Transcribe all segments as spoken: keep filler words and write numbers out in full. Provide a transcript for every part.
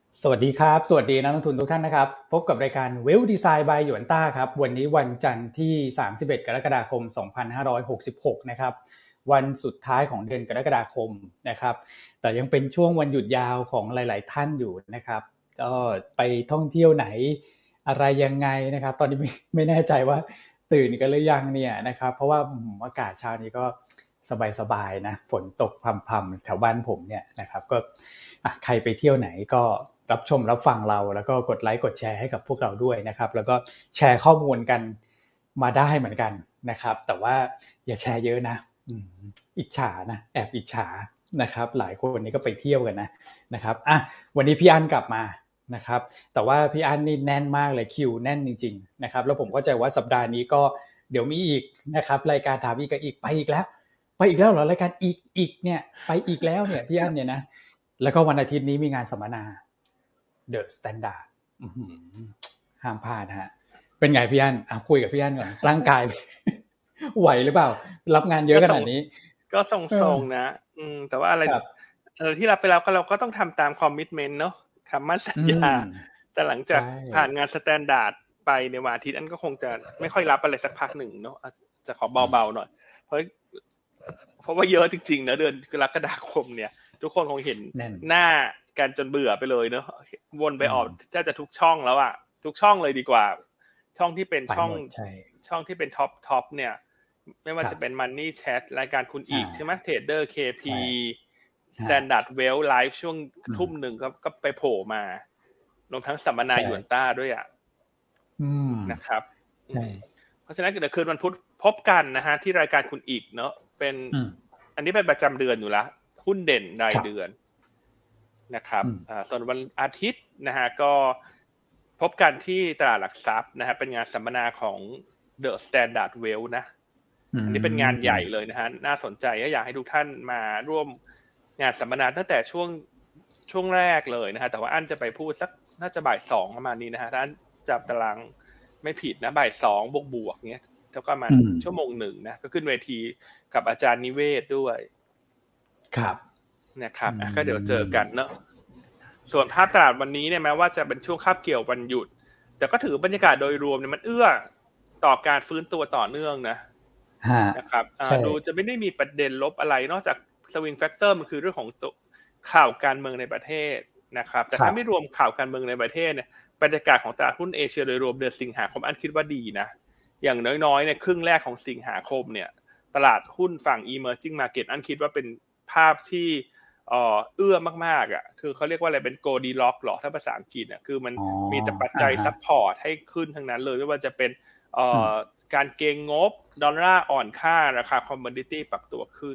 สวัสดีครับสวัสดีนักลงทุนทุกท่านนะครับพบกับรายการ Wealth Design by หยวนต้าครับวันนี้วันจันทร์ที่สามสิบเอ็ดกรกฎาคมสองพันห้าร้อยหกสิบหกนะครับวันสุดท้ายของเดือนกรกฎาคมนะครับแต่ยังเป็นช่วงวันหยุดยาวของหลายๆท่านอยู่นะครับก็ไปท่องเที่ยวไหนอะไรยังไงนะครับตอนนี้ไม่ไม่แน่ใจว่าตื่นกันหรือยังเนี่ยนะครับเพราะว่าอากาศเช้านี้ก็สบายๆนะฝนตกพรำๆแถวบ้านผมเนี่ยนะครับก็ใครไปเที่ยวไหนก็รับชมรับฟังเราแล้วก็กดไลค์กดแชร์ให้กับพวกเราด้วยนะครับแล้วก็แชร์ข้อมูลกันมาได้เหมือนกันนะครับแต่ว่าอย่าแชร์เยอะนะอิจฉานะแอบอิจฉานะครับหลายคนนี้ก็ไปเที่ยวกันนะนะครับอ่ะวันนี้พี่อั้นกลับมานะครับแต่ว่าพี่อั้นนี่แน่นมากเลยคิวแน่นจริงๆนะครับแล้วผมเข้าใจว่าสัปดาห์นี้ก็เดี๋ยวมีอีกนะครับรายการถามอีกกับอีกไปอีกแล้วไปอีกแล้วเหรอรายการอีกอีกเนี่ยไปอีกแล้วเนี่ยพี่อั้นเนี่ยนะแล้วก็วันอาทิตย์นี้มีงานสัมมนาThe Standard ห้ามพลาดฮะเป็นไงพี่อั้นอ่ะคุยกับพี่อั้นก่อนร่างกายไหวหรือเปล่ารับงานเยอะขนาดนี้ก็ทรงๆนะอืมแต่ว่าอะไรเออที่รับไปแล้วก็เราก็ต้องทำตามคอมมิตเมนต์เนาะคำมั่นสัญญาแต่หลังจากผ่านงานสแตนดาร์ดไปในวันอาทิตย์อันก็คงจะไม่ค่อยรับอะไรสักพักหนึ่งเนาะจะขอเบาๆหน่อยเพราะเพราะว่าเยอะจริงๆนะเดือนกรกฎาคมเนี่ยทุกคนคงเห็นหน้ากันจนเบื่อไปเลยเนาะวนไปออกแทบจะทุกช่องแล้วอะทุกช่องเลยดีกว่าช่องที่เป็นช่องช่องที่เป็นท็อปท็อปเนี่ยไม่ว่าจะเป็น Money Chat รายการคุณอีกใช่ไหม Trader เค พี Standard Wealth Live ช่วงทุ่มหนึ่งก็ก็ไปโผล่มารวมทั้งสัมมนาหยวนต้าด้วยอ่ะนะครับเพราะฉะนั้นเดี๋ยวคืนวันพุธพบกันนะฮะที่รายการคุณอีกเนาะเป็นอันนี้เป็นประจำเดือนอยู่แล้วหุ้นเด่นรายเดือนนะครับส่วนวันอาทิตย์นะฮะก็พบกันที่ตลาดหลักทรัพย์นะฮะเป็นงานสัมมนาของ The Standard Wealth นะอันนี้เป็นงานใหญ่เลยนะฮะน่าสนใจก็อยากให้ทุกท่านมาร่วมงานสัมมนาตั้งแต่ช่วงช่วงแรกเลยนะฮะแต่ว่าอันจะไปพูดสักน่าจะบ่ายสองประมาณนี้นะฮะถ้าอันจับตารางไม่ผิดนะบ่ายสองบวกๆเงี้ยแล้วก็มาชั่วโมงหนึ่งนะก็ขึ้นเวทีกับอาจารย์นิเวศด้วยครับนะครับก็เดี๋ยวเจอกันเนาะส่วนภาพตลาดวันนี้เนี่ยแม้ว่าจะเป็นช่วงคาบเกี่ยววันหยุดแต่ก็ถือบรรยากาศโดยรวมเนี่ยมันเอื้อต่อการฟื้นตัวต่อเนื่องนะนะครับดูจะไม่ได้มีประเด็นลบอะไรนอกจากสวิงแฟกเตอร์มันคือเรื่องของข่าวการเมืองในประเทศนะครับแต่ถ้าไม่รวมข่าวการเมืองในประเทศเนี่ยบรรยากาศของตลาดหุ้นเอเชียโดยรวมเดือนสิงหาคมอันคิดว่าดีนะอย่างน้อยๆเนี่ยครึ่งแรกของสิงหาคมเนี่ยตลาดหุ้นฝั่ง emerging market อันคิดว่าเป็นภาพที่เอ่อเอื้อมากๆอ่ะคือเขาเรียกว่าอะไรเป็น Goldilocks หรอถ้าภาษาอังกฤษอ่ะคือมันมีแต่ปัจจัยซัพพอร์ตให้ขึ้นทั้งนั้นเลยไม่ว่าจะเป็นเอ่อการเก็งงบดอลลาร์อ่อนค่าราคาคอมโมดิตี้ปรับตัวขึ้น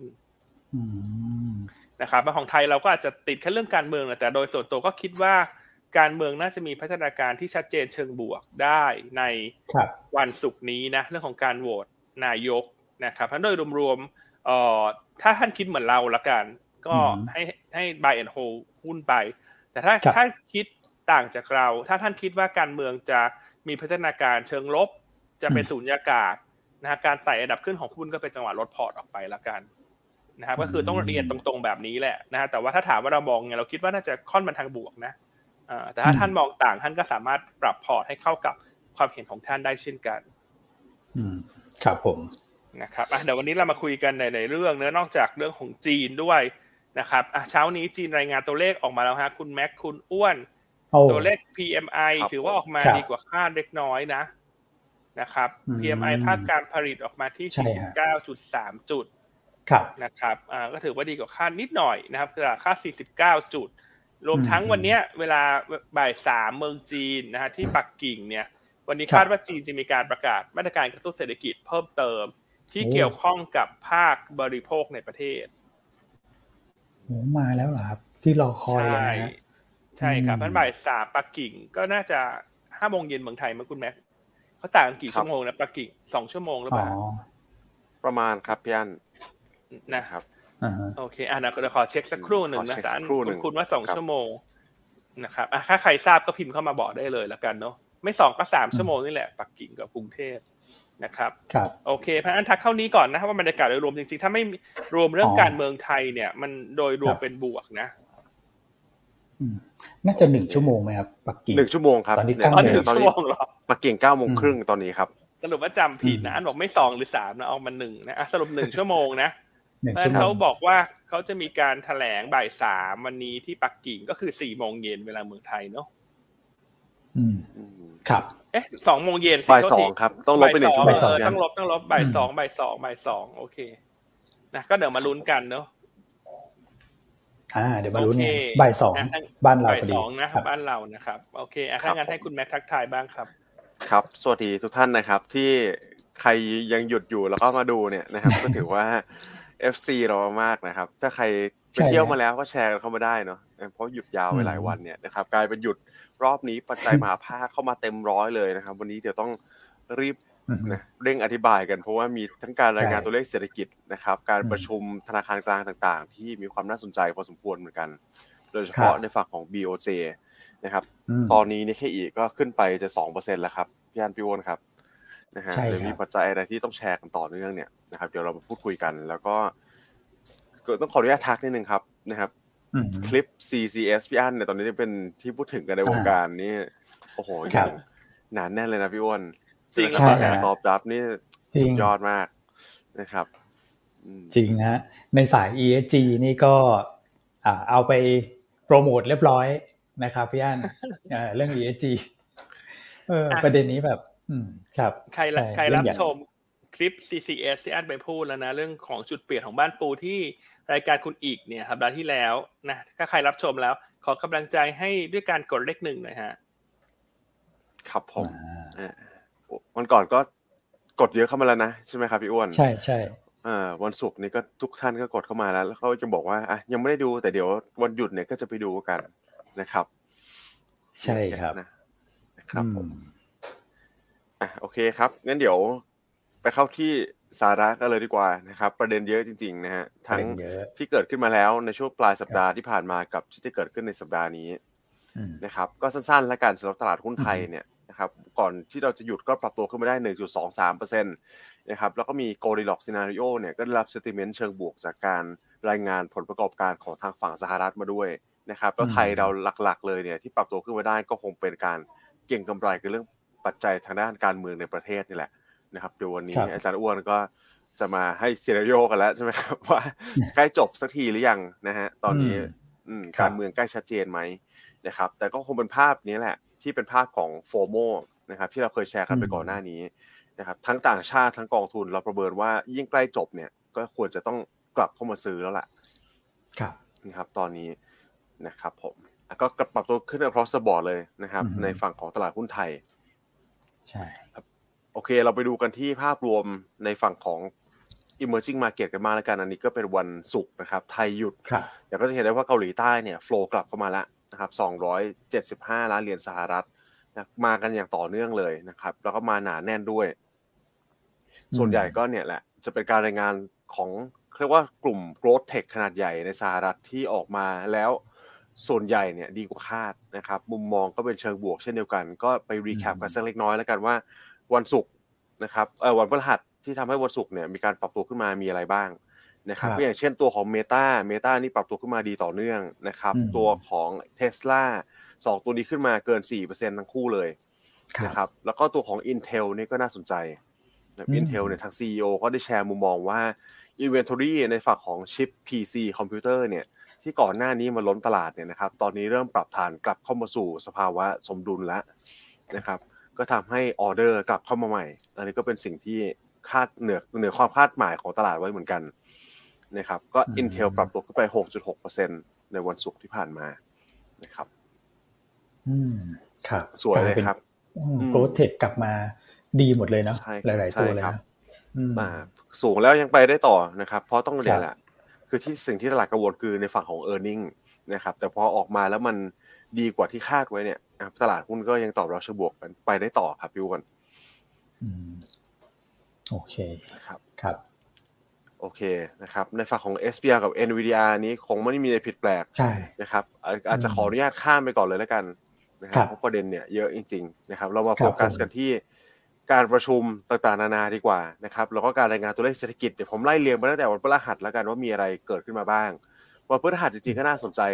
นะครับของไทยเราก็อาจจะติดแค่เรื่องการเมืองแต่โดยส่วนตัวก็คิดว่าการเมืองน่าจะมีพัฒนาการที่ชัดเจนเชิงบวกได้ในวันศุกร์นี้นะเรื่องของการโหวตนายกนะครับโดยรวมๆเอ่อถ้าท่านคิดเหมือนเราละกันก็ให้ให้ buy and hold หุ้นไปแต่ถ้าถ้าคิดต่างจากเราถ้าท่านคิดว่าการเมืองจะมีพัฒนาการเชิงลบจะเป็นสุญญากาศนะฮะการไต่ระดับขึ้นของหุ้นก็เป็นจังหวะลดพอร์ตออกไปละกันนะครับก็คือต้องเรียนตรงๆแบบนี้แหละนะฮะแต่ว่าถ้าถามว่าเรามองไงเราคิดว่าน่าจะค่อนมาทางบวกนะอ่าแต่ถ้าท่านมองต่างท่านก็สามารถปรับพอร์ตให้เข้ากับความเห็นของท่านได้เช่นกันอืมครับผมนะครับอ่ะเดี๋ยววันนี้เรามาคุยกันในๆเรื่องเนื้อนอกจากเรื่องของจีนด้วยนะครับอ่ะเช้านี้จีนรายงานตัวเลขออกมาแล้วฮะคุณแม็กคุณอ้วนตัวเลข พี เอ็ม ไอ ถือว่าออกมาดีกว่าคาดเล็กน้อยนะนะครับ พี เอ็ม ไอ ภาคการผลิตออกมาที่ สี่สิบเก้าจุดสาม จุดนะครับอ่าก็ถือว่าดีกว่าคาดนิดหน่อยนะครับคือค่าสี่สิบเก้าจุดรวมทั้งวันนี้เวลาบ่ายสามเมืองจีนนะฮะที่ปักกิ่งเนี่ยวันนี้คาดว่าจีนจะมีการประกาศมาตรการกระตุ้นเศรษฐกิจเพิ่มเติมที่เกี่ยวข้องกับภาคบริโภคในประเทศโอ้มาแล้วเหรอครับที่รอคอยเลยนะใช่ครับพันบ่ายสามปักกิ่งก็น่าจะห้าโมงเย็นเมืองไทยมั้งคุณแม็กเขาต่างกันกี่ชั่วโมงนะปักกิ่งสองชั่วโมงหรือเปล่าประมาณครับพี่อั้นนะครับโอเคอ่ะนะเดี๋ยวขอเช็คสักครู่หนึ่งนะแต่อันคุณว่าสองชั่วโมงนะครับอ่ะถ้าใครทราบก็พิมพ์เข้ามาบอกได้เลยละกันเนาะไม่สองก็สามชั่วโมงนี่แหละปักกิ่งกับกรุงเทพนะครับโอเคพันอันทักเท่านี้ก่อนนะว่าบรรยากาศโดยรวมจริงๆถ้าไม่รวมเรื่องการเมืองไทยเนี่ยมันโดยรวมเป็นบวกนะน่าจะหนึ่งชั่วโมงไหมครับปักกิ่งหนึ่งชั่วโมงครับตอนนี้เก้าโมงตอนนี้ปักกิ่งเก้าโมงครึ่งตอนนี้ครับสรุปว่าจำผิดนะอันบอกไม่สองหรือสามนะออกมาหนึ่งนะสรุปหนึ่งชั่วโมงนะแล้วเขาบอกว่าเขาจะมีการแถลงบ่ายสามวันนี้ที่ปักกิ่งก็คือสี่โมงเย็นเวลาเมืองไทยเนาะอืมครับเอ๊ะสองโมงเย็นบ่ายสองครับต้องลบไปหนึ่งชั่วโมงต้องลบต้องลบบ่ายสองบ่ายสองบ่ายสองโอเคนะก็เดี๋ยวมาลุ้นกันเนาะอ่าเดี๋ยวมาลุ้นบ่ายสองบ้านเราพอดีบ่ายสองนะบ้านเรานะครับโอเคอ่ะถ้างั้นให้คุณแม็กทักทายบ้างครับครับสวัสดีทุกท่านนะครับที่ใครยังหยุดอยู่แล้วก็มาดูเนี่ยนะครับก็ถือว่า เอฟ ซี เรามากนะครับถ้าใครไปเที่ยวมาแล้วก็แชร์กันเข้ามาได้เนาะเพราะหยุดยาวไปหลายวันเนี่ยนะครับกลายเป็นหยุดรอบนี้ปัจจัยมหาภาคเข้ามาเต็มร้อยเลยนะครับวันนี้เดี๋ยวต้องรีบนะเร่งอธิบายกันเพราะว่ามีทั้งการรายงานตัวเลขเศรษฐกิจนะครับการประชุมธนาคารกลางต่างๆที่มีความน่าสนใจพอสมควรเหมือนกันโดยเฉพาะในฝั่งของ บี โอ เจ นะครับตอนนี้นี่แค่อีกก็ขึ้นไปจะ สองเปอร์เซ็นต์ แล้วครับพี่อันพี่โอนครับนะฮะเดี๋ยวมีปัจจัยอะไรที่ต้องแชร์กันต่อเนื่องเนี่ยนะครับเดี๋ยวเรามาพูดคุยกันแล้วก็ต้องขออนุญาตทักนิดนึงครับนะครับคลิป ซี ซี เอส พี่อันเนี่ยตอนนี้เป็นที่พูดถึงกันในวงการนี่โอ้โหอย่างหนาแน่นเลยนะพี่อ้วนจริงแล้วแชร์ตอบรับนี่สุดยอดมากนะครับจริงฮะในสาย อี เอส จี นี่ก็เอาไปโปรโมทเรียบร้อยนะครับพี่อันเรื่อง อี เอส จี เออประเด็นนี้แบบอืมครับใครใครรับชมคลิป ซี ซี เอส ที่อันไปพูดแล้วนะเรื่องของจุดเปลี่ยนของบ้านปูที่รายการคุณอีกเนี่ยสัปดาห์ที่แล้วนะถ้าใครรับชมแล้วขอกำลังใจให้ด้วยการกดเลขหนึ่งหน่อยฮะครับผมวันก่อนก็กดเยอะเข้ามาแล้วนะใช่ไหมครับพี่อ้วนใช่ใช่อ่าวันศุกร์นี้ก็ทุกท่านก็กดเข้ามาแล้วแล้วเขาจะบอกว่าอ่ะยังไม่ได้ดูแต่เดี๋ยววันหยุดเนี่ยก็จะไปดูกันนะครับใช่ครับนะครับผมอ่ะโอเคครับงั้นเดี๋ยวไปเข้าที่สาระกันเลยดีกว่านะครับประเด็นเยอะจริงๆนะฮะทั้งที่เกิดขึ้นมาแล้วในช่วงปลายสัปดาห์ที่ผ่านมากับที่จะเกิดขึ้นในสัปดาห์นี้นะครับก็สั้นๆแล้วกันสำหรับตลาดหุ้นไทยเนี่ยนะครับก่อนที่เราจะหยุดก็ปรับตัวขึ้นมาได้ หนึ่งจุดสองสามเปอร์เซ็นต์ นะครับแล้วก็มี Goldilocks Scenario เนี่ยก็ได้รับ sentiment เชิงบวกจากการรายงานผลประกอบการของทางฝั่งสหรัฐมาด้วยนะครับแล้วไทยเราหลักๆเลยเนี่ยที่ปรับตัวขึ้นมาได้ก็คงเป็นการเก็งกำไรกับเรื่องปัจจัยทางด้านการเมืองในประเทศนี่แหละนะครับเดี๋ยววันนี้อาจารย์อ้วนก็จะมาให้ซีนาริโอกันแล้วใช่ไหมครับว่าใกล้จบสักทีหรือยังนะฮะตอนนี้การเมืองใกล้ชัดเจนไหมนะครับแต่ก็คงเป็นภาพนี้แหละที่เป็นภาพของโฟโมนะครับที่เราเคยแชร์กันไปก่อนหน้านี้นะครับทั้งต่างชาติทั้งกองทุนเราประเมินว่ายิ่งใกล้จบเนี่ยก็ควรจะต้องกลับเข้ามาซื้อแล้วล่ะครับนะครับตอนนี้นะครับผมก็ปรับตัวขึ้น across the board เลยนะครับในฝั่งของตลาดหุ้นไทยใช่ครับโอเคเราไปดูกันที่ภาพรวมในฝั่งของ emerging market กันมาแล้วกันอันนี้ก็เป็นวันศุกร์นะครับไทยหยุดเดี๋ยวก็จะเห็นได้ว่าเกาหลีใต้เนี่ยโฟลว์กลับเข้ามาแล้วนะครับสองร้อยเจ็ดสิบห้าล้านเหรียญสหรัฐนะมากันอย่างต่อเนื่องเลยนะครับแล้วก็มาหนาแน่นด้วยส่วนใหญ่ก็เนี่ยแหละจะเป็นการรายงานของเรียกว่ากลุ่ม growth tech ขนาดใหญ่ในสหรัฐที่ออกมาแล้วส่วนใหญ่เนี่ยดีกว่าคาดนะครับมุมมองก็เป็นเชิงบวกเช่นเดียวกันก็ไปรีแคปกันสักเล็กน้อยแล้วกันว่าวันศุกร์นะครับเอ่อวันพฤหัสที่ทำให้วันศุกร์เนี่ยมีการปรับตัวขึ้นมามีอะไรบ้างนะครับก็อย่างเช่นตัวของ Meta Meta นี่ปรับตัวขึ้นมาดีต่อเนื่องนะครับตัวของ Tesla สองตัวนี้ขึ้นมาเกิน สี่เปอร์เซ็นต์ ทั้งคู่เลยนะครับแล้วก็ตัวของ Intel นี่ก็น่าสนใจนะ Intel เนี่ยทาง ซี อี โอ ก็ได้แชร์มุมมองว่า inventory ในฝั่งของชิป พี ซี คอมพิวเตอร์เนี่ยที่ก่อนหน้านี้มันล้นตลาดเนี่ยนะครับตอนนี้เริ่มปรับฐานกลับเข้ามาสู่สภาวะสมดุลแล้วนะครับก็ทำให้ออเดอร์กลับเข้ามาใหม่อันนี้ก็เป็นสิ่งที่คาดเหนือเหนือความคาดหมายของตลาดไว้เหมือนกันนะครับก็ Intel ปรับตัวขึ้นไป หกจุดหกเปอร์เซ็นต์ ในวันศุกร์ที่ผ่านมานะครับอืมครับสวยเลยครับโกลเทคกลับมาดีหมดเลยเนาะหลายๆตัวเลยนะอ่าสูงแล้วยังไปได้ต่อนะครับเพราะต้องเรียนแหละคือที่สิ่งที่ตลาดกังวลคือในฝั่งของ earning นะครับแต่พอออกมาแล้วมันดีกว่าที่คาดไว้เนี่ยตลาดหุ้นก็ยังตอบรับเชิงบวกกันไปได้ต่อครับพี่อ้วนอืมโอเคครับครับโอเคนะครับในฝั่งของ เอส พี อาร์ กับ Nvidia นี้คงไม่ได้มีอะไรผิดแปลกใช่นะครับอาจจะขออนุญาตข้ามไปก่อนเลยแล้วกันนะครับเพราะประเด็นเนี่ยเยอะจริงๆนะครับเรามาโฟกัสกันที่การประชุมต่างๆนานาดีกว่านะครับแล้วก็การรายงานตัวเลขเศรษฐกิจเดี๋ยวผมไล่เรียงไปตั้งแต่วันพฤหัสแล้วกันว่ามีอะไรเกิดขึ้นมาบ้างวันพฤหัสจริงๆก็น่าสนใจครับ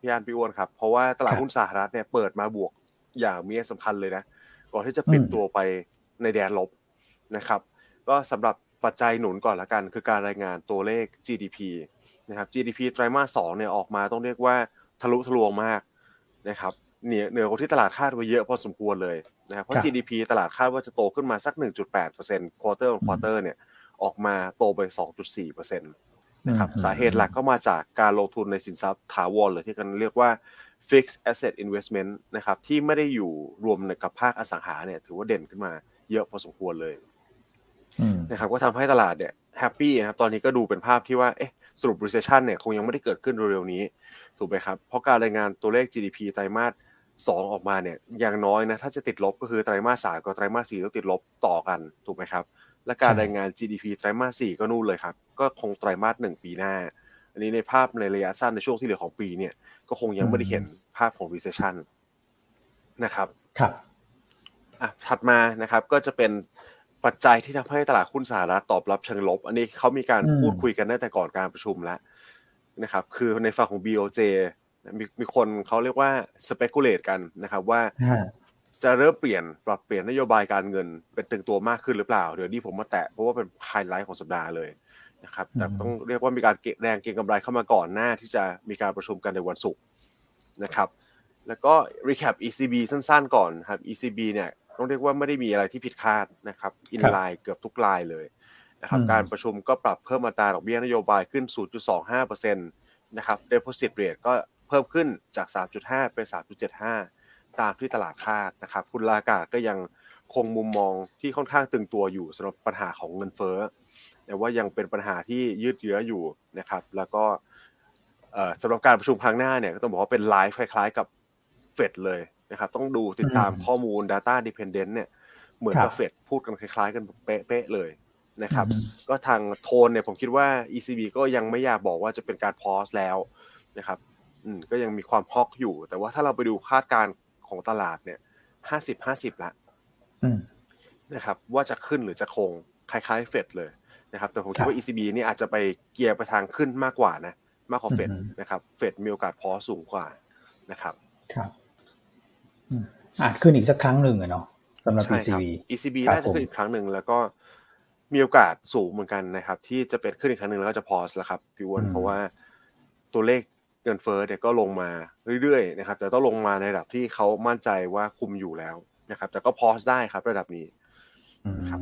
พี่อันพี่อ้วนครับเพราะว่าตลาดหุ้นสหรัฐเนี่ยเปิดมาบวกอย่างมีนัยสำคัญเลยนะก่อนที่จะปิดตัวไปในแดนลบนะครับก็สำหรับปัจจัยหนุนก่อนละกันคือการรายงานตัวเลข จี ดี พี นะครับ จี ดี พี ไตรมาสสองเนี่ยออกมาต้องเรียกว่าทะลุทะลวงมากนะครับเหนือเหนือกว่าที่ตลาดคาดไว้เยอะพอสมควรเลยนะครับเพราะ จี ดี พี ตลาดคาดว่าจะโตขึ้นมาสัก หนึ่งจุดแปดเปอร์เซ็นต์ quarter on quarter เนี่ยออกมาโตไป สองจุดสี่เปอร์เซ็นต์ นะครับสาเหตุหลักก็มาจากการลงทุนในสินทรัพย์ถาวรหรือที่กันเรียกว่า fixed asset investment นะครับที่ไม่ได้อยู่รวมกับภาคอสังหาเนี่ยถือว่าเด่นขึ้นมาเยอะพอสมควรเลยนะครับก็ทำให้ตลาดเนี่ยแฮปปี้นะครับตอนนี้ก็ดูเป็นภาพที่ว่าเอ๊ะสรุป recession เนี่ยคงยังไม่ได้เกิดขึ้นเร็วๆนี้ถูกไหมครับเพราะการรายงานตัวเลข จี ดี พี ไตรมาสสองออกมาเนี่ยอย่างน้อยนะถ้าจะติดลบก็คือไตรมาสสามกับไตรมาสสี่ต้องติดลบต่อกันถูกไหมครับและการรายงาน จี ดี พี ไตรมาสสี่ก็นู่นเลยครับก็คงไตรมาสหนึ่งปีหน้าอันนี้ในภาพในระยะสั้นในช่วงที่เหลือของปีเนี่ยก็คงยังไม่ได้เห็นภาพของ recession นะครับครับอ่ะถัดมานะครับก็จะเป็นปัจจัยที่ทำให้ตลาดหุ้นสหรัฐตอบรับเชิงลบอันนี้เขามีการพูดคุยกันตั้งแต่ก่อนการประชุมแล้วนะครับคือในฝั่งของ บี โอ เจ มีมีคนเขาเรียกว่า speculate กันนะครับว่าจะเริ่มเปลี่ยนปรับเปลี่ยนนโยบายการเงินเป็นตึงตัวมากขึ้นหรือเปล่าเดี๋ยวนี้ผมมาแตะเพราะว่าเป็นไฮไลท์ของสัปดาห์เลยนะครับแต่ต้องเรียกว่ามีการเก็งแรงเก็งกำไรเข้ามาก่อนหน้าที่จะมีการประชุมกันในวันศุกร์นะครับแล้วก็ recap อี ซี บี สั้นๆก่อนครับ อี ซี บี เนี่ยต้องเรียกว่าไม่ได้มีอะไรที่ผิดคาดนะครับอินไลน์เกือบทุกรายเลยนะครับการประชุมก็ปรับเพิ่มอัตราดอกเบี้ยนโยบายขึ้น ศูนย์จุดสองห้าเปอร์เซ็นต์ นะครับ deposit rate ก็เพิ่มขึ้นจาก สามจุดห้า เป็น สามจุดเจ็ดห้า ตามที่ตลาดคาดนะครับคุณลากาก็ยังคงมุมมองที่ค่อนข้างตึงตัวอยู่สำหรับปัญหาของเงินเฟ้อแต่ว่ายังเป็นปัญหาที่ยืดเยื้ออยู่นะครับแล้วก็สำหรับการประชุมครั้งหน้าเนี่ยก็ต้องบอกว่าเป็นไลฟ์คล้ายๆกับเฟดเลยนะครับต้องดูติดตามข้อมูล data dependent เนี่ยเหมือนกับเฟดพูดกันคล้ายๆกันเป๊ะๆเลยนะครับก็ทางโทนเนี่ยผมคิดว่า อี ซี บี ก็ยังไม่อยากบอกว่าจะเป็นการพอสแล้วนะครับอืมก็ยังมีความฮอกอยู่แต่ว่าถ้าเราไปดูคาดการณ์ของตลาดเนี่ย ห้าสิบ ห้าสิบ ละนะครับว่าจะขึ้นหรือจะคงคล้ายๆเฟดเลยนะครับแต่ผมคิดว่า อี ซี บี นี่อาจจะไปเกียร์ไปทางขึ้นมากกว่านะมากกว่าเฟดนะครับเฟดมีโอกาสพอสูงกว่านะครับครับอาจขึ้นอีกสักครั้งหนึ่งอะเนาะสำหรับ อี ซี บีอี ซี บี น่าจะขึ้นอีกครั้งหนึ่งแล้วก็มีโอกาสสูงเหมือนกันนะครับที่จะเป็นขึ้นอีกครั้งหนึ่งแล้วก็จะพอสแล้วครับพี่อ้วนเพราะว่าตัวเลขเงินเฟ้อเนี่ยก็ลงมาเรื่อยๆนะครับแต่ต้องลงมาในระดับที่เขามั่นใจว่าคุมอยู่แล้วนะครับแต่ก็พอสได้ครับระดับนี้ครับ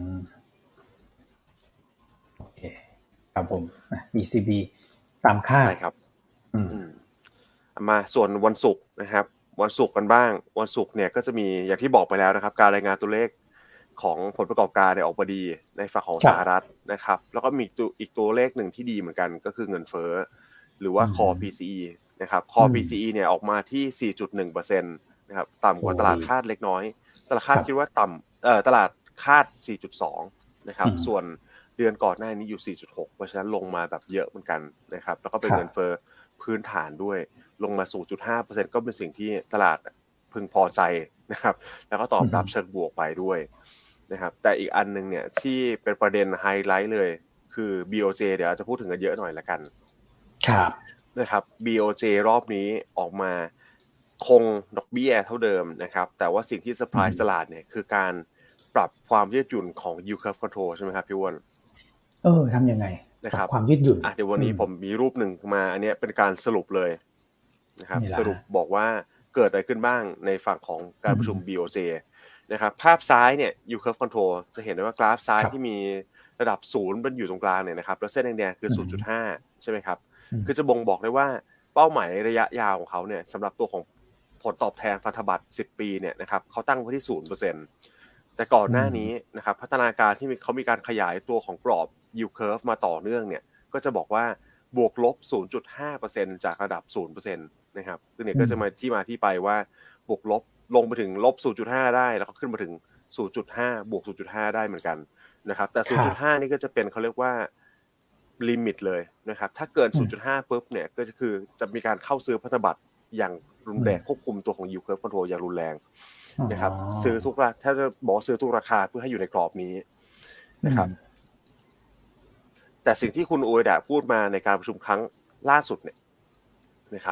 โอเคครับผม อี ซี บี ตามคาดครับมาส่วนวันศุกร์นะครับวันศุกร์กันบ้างวันศุกร์เนี่ยก็จะมีอย่างที่บอกไปแล้วนะครับการรายงานตัวเลขของผลประกอบการเนี่ยออกมาดีในฝั่งของสหรัฐนะครับแล้วก็มีตัวอีกตัวเลขหนึ่งที่ดีเหมือนกันก็คือเงินเฟ้อหรือว่า Core พี ซี อี นะครับ Core พี ซี อี เนี่ยออกมาที่ สี่จุดหนึ่งเปอร์เซ็นต์ นะครับต่ำกว่าตลาดคาดเล็กน้อยตลาดคาดคิดว่าต่ำเอ่อตลาดคาด สี่จุดสอง นะครับส่วนเดือนก่อนหน้านี้อยู่ สี่จุดหก เพราะฉะนั้นลงมาแบบเยอะเหมือนกันนะครับแล้วก็เป็นเงินเฟ้อพื้นฐานด้วยลงมา ศูนย์จุดห้าเปอร์เซ็นต์ ก็เป็นสิ่งที่ตลาดพึงพอใจนะครับแล้วก็ตอบรับเชิงบวกไปด้วยนะครับแต่อีกอันนึงเนี่ยที่เป็นประเด็นไฮไลท์เลยคือ บี โอ เจ เดี๋ยวจะพูดถึงกันเยอะหน่อยละกันครับนะครับ บี โอ เจ รอบนี้ออกมาคงดอกเบี้ยเท่าเดิมนะครับแต่ว่าสิ่งที่เซอร์ไพรส์ตลาดเนี่ยคือการปรับความยืดหยุ่นของ yield curve control ใช่ไหมครับพี่อ้วนเออทำยังไงนะครับความยืดหยุ่นอ่ะเดี๋ยววันนี้ผมมีรูปหนึ่งมาอันนี้เป็นการสรุปเลยนะครับสรุปบอกว่าเกิดอะไรขึ้นบ้างในฝั่งของการประชุม บี โอ เจ นะครับภาพซ้ายเนี่ย yield curve control จะเห็นได้ว่ากราฟซ้ายที่มีระดับศูนย์เป็นอยู่ตรงกลางเนี่ยนะครับแล้วเส้นแดงๆคือ ศูนย์จุดห้า ใช่ไหมครับคือจะบ่งบอกได้ว่าเป้าหมายระยะยาวของเขาเนี่ยสำหรับตัวของผลตอบแทนพันธบัตรสิบปีเนี่ยนะครับเขาตั้งไว้ที่ ศูนย์เปอร์เซ็นต์ แต่ก่อนหน้านี้นะครับพัฒนาการที่เขามีการขยายตัวของกรอบ yield curve มาต่อเนื่องเนี่ยก็จะบอกว่าบวกลบ ศูนย์จุดห้าเปอร์เซ็นต์ จากระดับ ศูนย์เปอร์เซ็นต์ นะครับซึ่งเนี่ยก็จะมาที่มาที่ไปว่าบวกลบลงไปถึงลบ ศูนย์จุดห้า ได้แล้วก็ขึ้นมาถึง ศูนย์จุดห้า บวก ศูนย์จุดห้า ได้เหมือนกันนะครับแต่ ศูนย์จุดห้า นี่ก็จะเป็นเขาเรียกว่าลิมิตเลยนะครับถ้าเกิน ศูนย์จุดห้า ปุ๊บเนี่ยก็จะคือจะมีการเข้าซื้อพันธบัตรอย่างรุนแรงควบคุมตัวของ yield curve control อย่างรุนแรงนะครับซื้อทุกราคาถ้าจะบอกซื้อทุกราคาเพื่อให้อยู่ในกรอบนี้นะครับแต่สิ่งที่คุณโอเอดะพูดมาในการประชุมครั้งล่าสุดเนี่ยนะครับ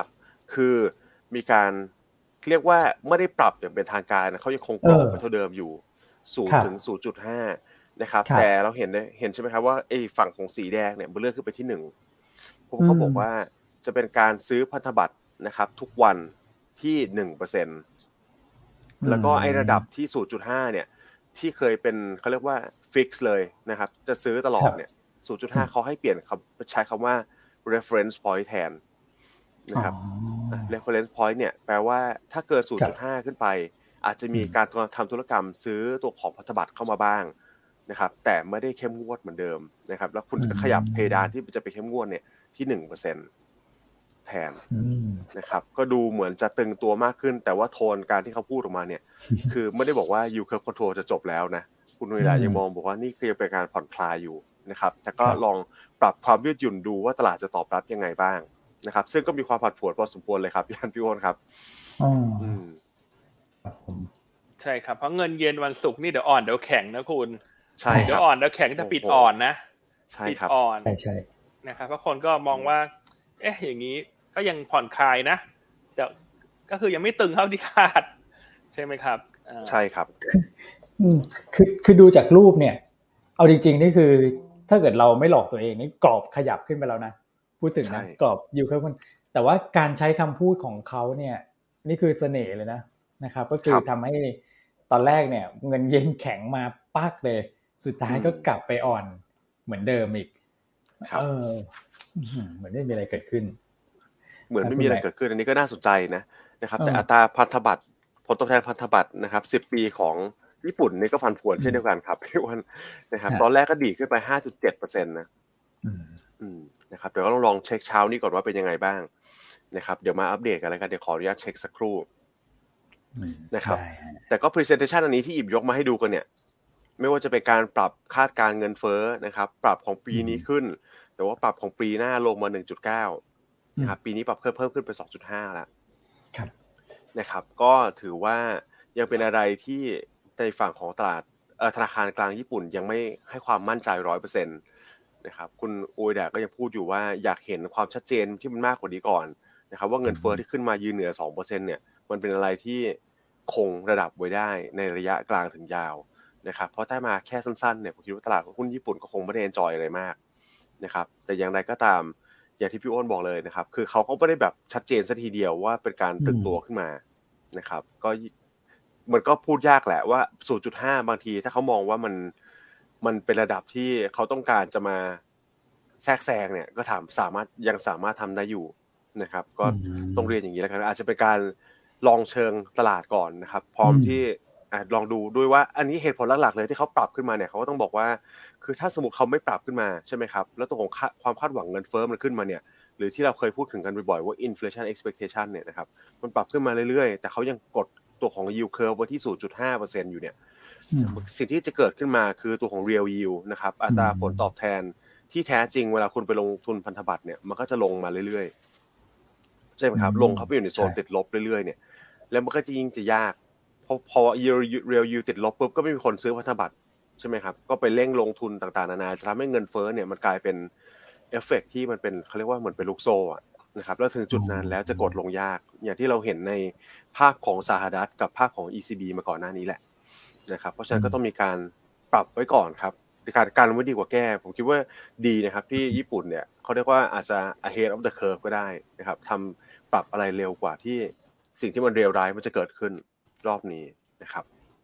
คือมีการเรียกว่าไม่ได้ปรับอย่างเป็นทางการนะเขายังคงกรอบไว้เท่าเดิมอยู่ศูนย์ถึง ศูนย์จุดห้า นะครับแต่เราเห็นเห็นใช่ไหมครับว่าไอ้ฝั่งของสีแดงเนี่ยมันเลื่อนขึ้นไปที่หนึ่งพวกเขาบอกว่าจะเป็นการซื้อพันธบัตรนะครับทุกวันที่ หนึ่งเปอร์เซ็นต์ แล้วก็ไอ้ระดับที่ ศูนย์จุดห้า เนี่ยที่เคยเป็นเขาเรียกว่าฟิกซ์เลยนะครับจะซื้อตลอดเนี่ย ศูนย์จุดห้า เขาให้เปลี่ยนคำใช้คำว่า reference point แทนนะครับ reference point เนี่ยแปลว่าถ้าเกิน ศูนย์จุดห้า ขึ้นไปอาจจะมีการทำธุรกรรมซื้อตัวของพันธบัตรเข้ามาบ้างนะครับแต่ไม่ได้เข้มงวดเหมือนเดิมนะครับแล้วคุณก็ขยับเพดานที่จะไปเข้มงวดเนี่ยที่ หนึ่งเปอร์เซ็นต์ แทนนะครับก็ดูเหมือนจะตึงตัวมากขึ้นแต่ว่าโทนการที่เขาพูดออกมาเนี่ยคือไม่ได้บอกว่า yield curve control จะจบแล้วนะคุณนุ้ยดายังมองบอกว่านี่คือยังเป็นการผ่อนคลายอยู่นะครับแต่ก็ลองปรับความยืดหยุ่นดูว่าตลาดจะตอบรับยังไงบ้างนะครับซึ่งก็มีความผันผวนพอสมควรเลยครับพี่อันพี่โอนครับอืมใช่ครับเพราะเงินเย็นวันศุกร์นี่เดี๋ยวอ่อนเดี๋ยวแข็งนะคุณใช่เดี๋ยวอ่อนเดี๋ยวแข็งจะปิดอ่อนนะปิดอ่อนใช่ๆนะครับเพราะคนก็มองว่าเอ๊ะอย่างนี้ก็ยังผ่อนคลายนะแต่ก็คือยังไม่ตึงเท่าที่คาดใช่ไหมครับใช่ครับอืมคือคือดูจากรูปเนี่ยเอาจริงๆนี่คือถ้าเกิดเราไม่หลอกตัวเองนี่กรอบขยับขึ้นไปแล้วนะพูดถึงนะกรอบอยู่ครับคุณแต่ว่าการใช้คำพูดของเขาเนี่ยนี่คือเสน่ห์เลยนะนะครับก็คือทำให้ตอนแรกเนี่ยเงินเยนแข็งมาปักเลยสุดท้ายก็กลับไปอ่อนเหมือนเดิมอีกเออเหมือนไม่มีอะไรเกิดขึ้นเหมือนไม่มีอะไรเกิดขึ้นอันนี้ก็น่าสนใจนะนะครับแต่อัตราพันธบัตรผลตอบแทนพันธบัตรนะครับสิบปีของญี่ปุ่นนี่ก็ผันผวนเช่นเดียวกันครับพี่วันนะครับตอนแรกก็ดีขึ้นไป ห้าจุดเจ็ดเปอร์เซ็นต์ นะอืมนะครับเดี๋ยวก็ลองเช็คเช้านี้ก่อนว่าเป็นยังไงบ้างนะครับเดี๋ยวมาอัปเดตกันแล้วกันเดี๋ยวขออนุญาตเช็คสักครู่นะครับแต่ก็ presentation อันนี้ที่หยิบยกมาให้ดูกันเนี่ยไม่ว่าจะเป็นการปรับคาดการเงินเฟ้อนะครับปรับของปีนี้ขึ้นแต่ว่าปรับของปีหน้าลงมา หนึ่งจุดเก้า นะครับปีนี้ปรับเพิ่มเพิ่มขึ้นไป สองจุดห้า แล้วนะครับก็ถือว่ายังเป็นอะไรที่ในฝั่งของตลาดธนาคารกลางญี่ปุ่นยังไม่ให้ความมั่นใจ หนึ่งร้อยเปอร์เซ็นต์ นะครับคุณโอเอดะก็ยังพูดอยู่ว่าอยากเห็นความชัดเจนที่มันมากกว่านี้ก่อนนะครับว่าเงินเฟ้อที่ขึ้นมายืนเหนือ สองเปอร์เซ็นต์ เนี่ยมันเป็นอะไรที่คงระดับไว้ได้ในระยะกลางถึงยาวนะครับเพราะถ้ามาแค่สั้นๆเนี่ยผมคิดว่าตลาดหุ้นญี่ปุ่นก็คงไม่ได้เอนจอยอะไรมากนะครับแต่อย่างไรก็ตามอย่างที่พี่โอ้นบอกเลยนะครับคือเขาก็ไม่ได้แบบชัดเจนซะทีเดียวว่าเป็นการตึงตัวขึ้นมานะครับก็มันก็พูดยากแหละว่า ศูนย์จุดห้า บางทีถ้าเขามองว่ามันมันเป็นระดับที่เขาต้องการจะมาแทรกแซงเนี่ยก็ถามสามารถยังสามารถทำได้อยู่นะครับก็ต้องเรียนอย่างนี้แล้วกันอาจจะเป็นการลองเชิงตลาดก่อนนะครับพร้อมที่ลองดูด้วยว่าอันนี้เหตุผลหลักๆเลยที่เขาปรับขึ้นมาเนี่ยเขาก็ต้องบอกว่าคือถ้าสมมติเขาไม่ปรับขึ้นมาใช่ไหมครับแล้วตัวของความคาดหวังเงินเฟ้อมันขึ้นมาเนี่ยหรือที่เราเคยพูดถึงกันบ่อยๆว่า inflation expectation เนี่ยนะครับมันปรับขึ้นมาเรื่อยๆแต่เขายังกดตัวของ yield curve ไว้ที่ ศูนย์จุดห้าเปอร์เซ็นต์ อยู่เนี่ยสิ่งที่จะเกิดขึ้นมาคือตัวของ real yield นะครับอัตราผลตอบแทนที่แท้จริงเวลาคุณไปลงทุนพันธบัตรเนี่ยมันก็จะลงมาเรื่อยๆใช่ไหมครับลงเข้าไปอยู่ในโซนติดลบเรื่อยๆเนี่ยแล้วมันก็จะยิ่งจะยากพอพอ real yield ติดลบปุ๊บก็ไม่มีคนซื้อพันธบัตรใช่ไหมครับก็ไปเร่งลงทุนต่างๆนานาจะทำให้เงินเฟ้อเนี่ยมันกลายเป็นเอฟเฟกต์ที่มันเป็นเขาเรียกว่าเหมือนเป็นลูกโซ่อะนะครับแล้วถึงจุดนั้นแล้วจะกดลงยากอย่างที่เราเห็นในภาพของสหรัฐกับภาพของ อี ซี บี มาก่อนหน้านี้แหละนะครับเพราะฉะนั้นก็ต้องมีการปรับไว้ก่อนครับการการไม่ดีกว่าแก้ผมคิดว่าดีนะครับที่ญี่ปุ่นเนี่ยเขาเรียกว่าอาจจะ ahead of the curve ก็ได้นะครับทำปรับอะไรเร็วกว่าที่สิ่งที่มันเลวร้ายมันจะเกิดขึ้นรอบนี้นะครับ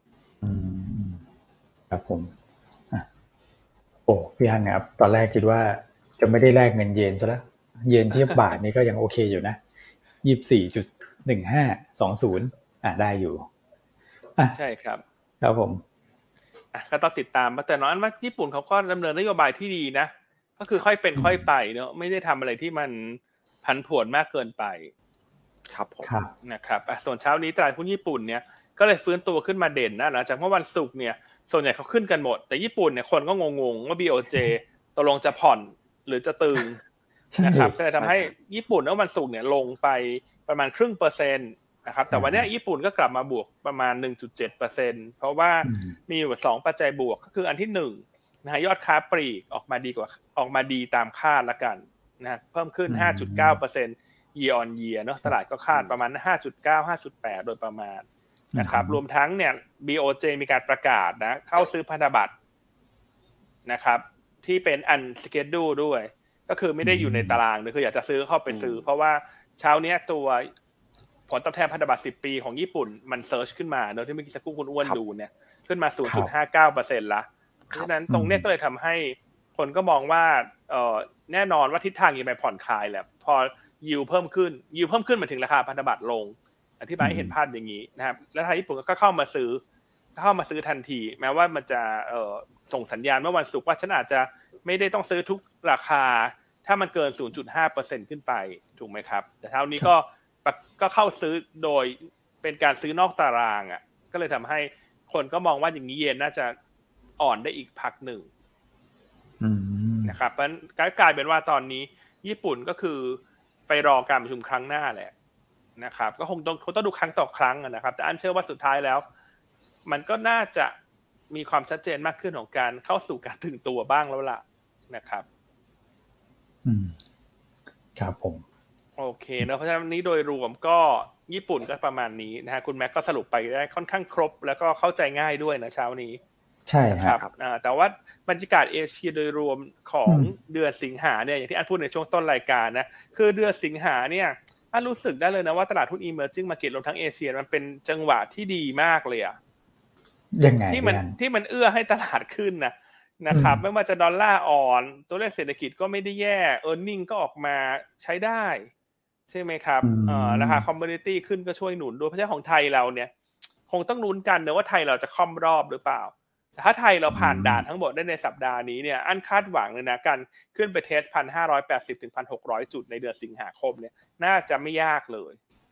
ครับผมโอ้พี่ฮันครับตอนแรกคิดว่าจะไม่ได้แลกเงินเยนซะแล้วเยนเทียบบาทนี่ก็ยังโอเคอยู่นะ ยี่สิบสี่จุดหนึ่งห้าสองศูนย์ อ่ะได้อยู่อ่ะใช่ครับครับผมอ่ะก็ต้องติดตามแต่น้อยว่าญี่ปุ่นเขาก็ดำเนินนโยบายที่ดีนะก็คือค่อยเป็นค่อยไปเนอะไม่ได้ทำอะไรที่มันผันผวนมากเกินไปครับผมนะครับอ่ะส่วนเช้านี้ตลาดหุ้นญี่ปุ่นเนี่ยก็เลยฟื้นตัวขึ้นมาเด่นนะหลังจากเมื่อวันศุกร์เนี่ยส่วนใหญ่เขาขึ้นกันหมดแต่ญี่ปุ่นเนี่ยคนก็งงๆว่า บี โอ เจ ตกลงจะผ่อนหรือจะตึงนะครับก็เลยทำให้ญี่ปุ่นเมื่อวันศุกร์เนี่ยลงไปประมาณครึ่งเปอร์เซ็นต์นะครับแต่วันนี้ญี่ปุ่นก็กลับมาบวกประมาณ หนึ่งจุดเจ็ดเปอร์เซ็นต์ เพราะว่ามีอยู่สองปัจจัยบวกก็คืออันที่หนึ่งนะฮะยอดค้าปลีกออกมาดีกว่าออกมาดีตามคาดละกันนะเพิ่มขึ้น ห้าจุดเก้าเปอร์เซ็นต์ year on year เนาะตลาดก็คาดประมาณ ห้าจุดเก้า ห้าจุดแปด โดยประมาณนะครับรวมทั้งเนี่ย บี โอ เจ มีการประกาศนะเข้าซื้อพันธบัตรนะครับที่เป็น unscheduled ด้วยก็คือไม่ได้อยู่ในตารางเลยคืออยากจะซื้อเข้าไปซื้อเพราะว่าเช้านี้ตัวผลตอบแทนพันธบัตรสิบปีของญี่ปุ่นมันเซิร์ชขึ้นมาเนอะที่เมื่อกี้สักครู่คุณอ้วนดูเนี่ยขึ้นมา ศูนย์จุดห้าเก้าเปอร์เซ็นต์ ละเพราะฉะนั้นตรงนี้ก็เลยทำให้คนก็มองว่าเอ่อแน่นอนว่าทิศทางยังไปผ่อนคลายแหละพอยิวเพิ่มขึ้นยิวเพิ่มขึ้นมาถึงราคาพันธบัตรลงอธิบายให้เห็นภาพอย่างนี้นะครับแล้วทางญี่ปุ่นก็เข้ามาซื้อเข้ามาซื้อทันทีแม้ว่ามันจะเอ่อส่งสัญญาณเมื่อวันศุกร์ว่าฉันอาจจะไม่ได้ต้องซื้อทุกราคาถ้ามันเกิน ศูนย์จุดห้าเปอร์เซ็นต์ ขึ้นไปถูกไหมครับแต่เท่านี้ก็ก็เข้าซื้อโดยเป็นการซื้อนอกตารางอ่ะก็เลยทำให้คนก็มองว่าอย่างนี้เยนน่าจะอ่อนได้อีกพักหนึ่งนะครับเพราะฉะนั้นกลายเป็นว่าตอนนี้ญี่ปุ่นก็คือไปรอการประชุมครั้งหน้าแหละนะครับก็คงต้องคงต้องดูครั้งต่อครั้งนะครับแต่อันเชื่อว่าสุดท้ายแล้วมันก็น่าจะมีความชัดเจนมากขึ้นของการเข้าสู่การถึงตัวบ้างแล้วล่ะนะครับอืมครับผมโอเคนะเพราะฉะนั้นวันนี้โดยรวมก็ญี่ปุ่นก็ประมาณนี้นะฮะคุณแม็กก็สรุปไปได้ค่อนข้างครบแล้วก็เข้าใจง่ายด้วยนะเช้านี้ใช่ครับอ่าแต่ว่าบรรยากาศเอเชียโดยรวมของเดือนสิงหาเนี่ยอย่างที่อันพูดในช่วงต้นรายการนะคือเดือนสิงหาเนี่ยอันรู้สึกได้เลยนะว่าตลาดหุ้น Emerging Market รวมทั้งเอเชียมันเป็นจังหวะที่ดีมากเลยอ่ะยังไงที่มันที่มันเอื้อให้ตลาดขึ้นนะนะครับไม่ว่าจะดอลลาร์อ่อนตัวเลขเศรษฐกิจก็ไม่ได้แย่ earning ก็ออกมาใช้ได้ใช่ไหมครับเอ่อราคา commodity ขึ้นก็ช่วยหนุนด้วยเพราะฉะนั้นของไทยเราเนี่ยคงต้องลุ้นกันนะว่าไทยเราจะค่อมรอบหรือเปล่าแต่ถ้าไทยเราผ่านด่านทั้งหมดได้ในสัปดาห์นี้เนี่ยอันคาดหวังเลยนะการขึ้นไปเทส หนึ่งพันห้าร้อยแปดสิบ ถึง หนึ่งพันหกร้อย จุดในเดือนสิงหาคมเนี่ยน่าจะไม่ยากเลย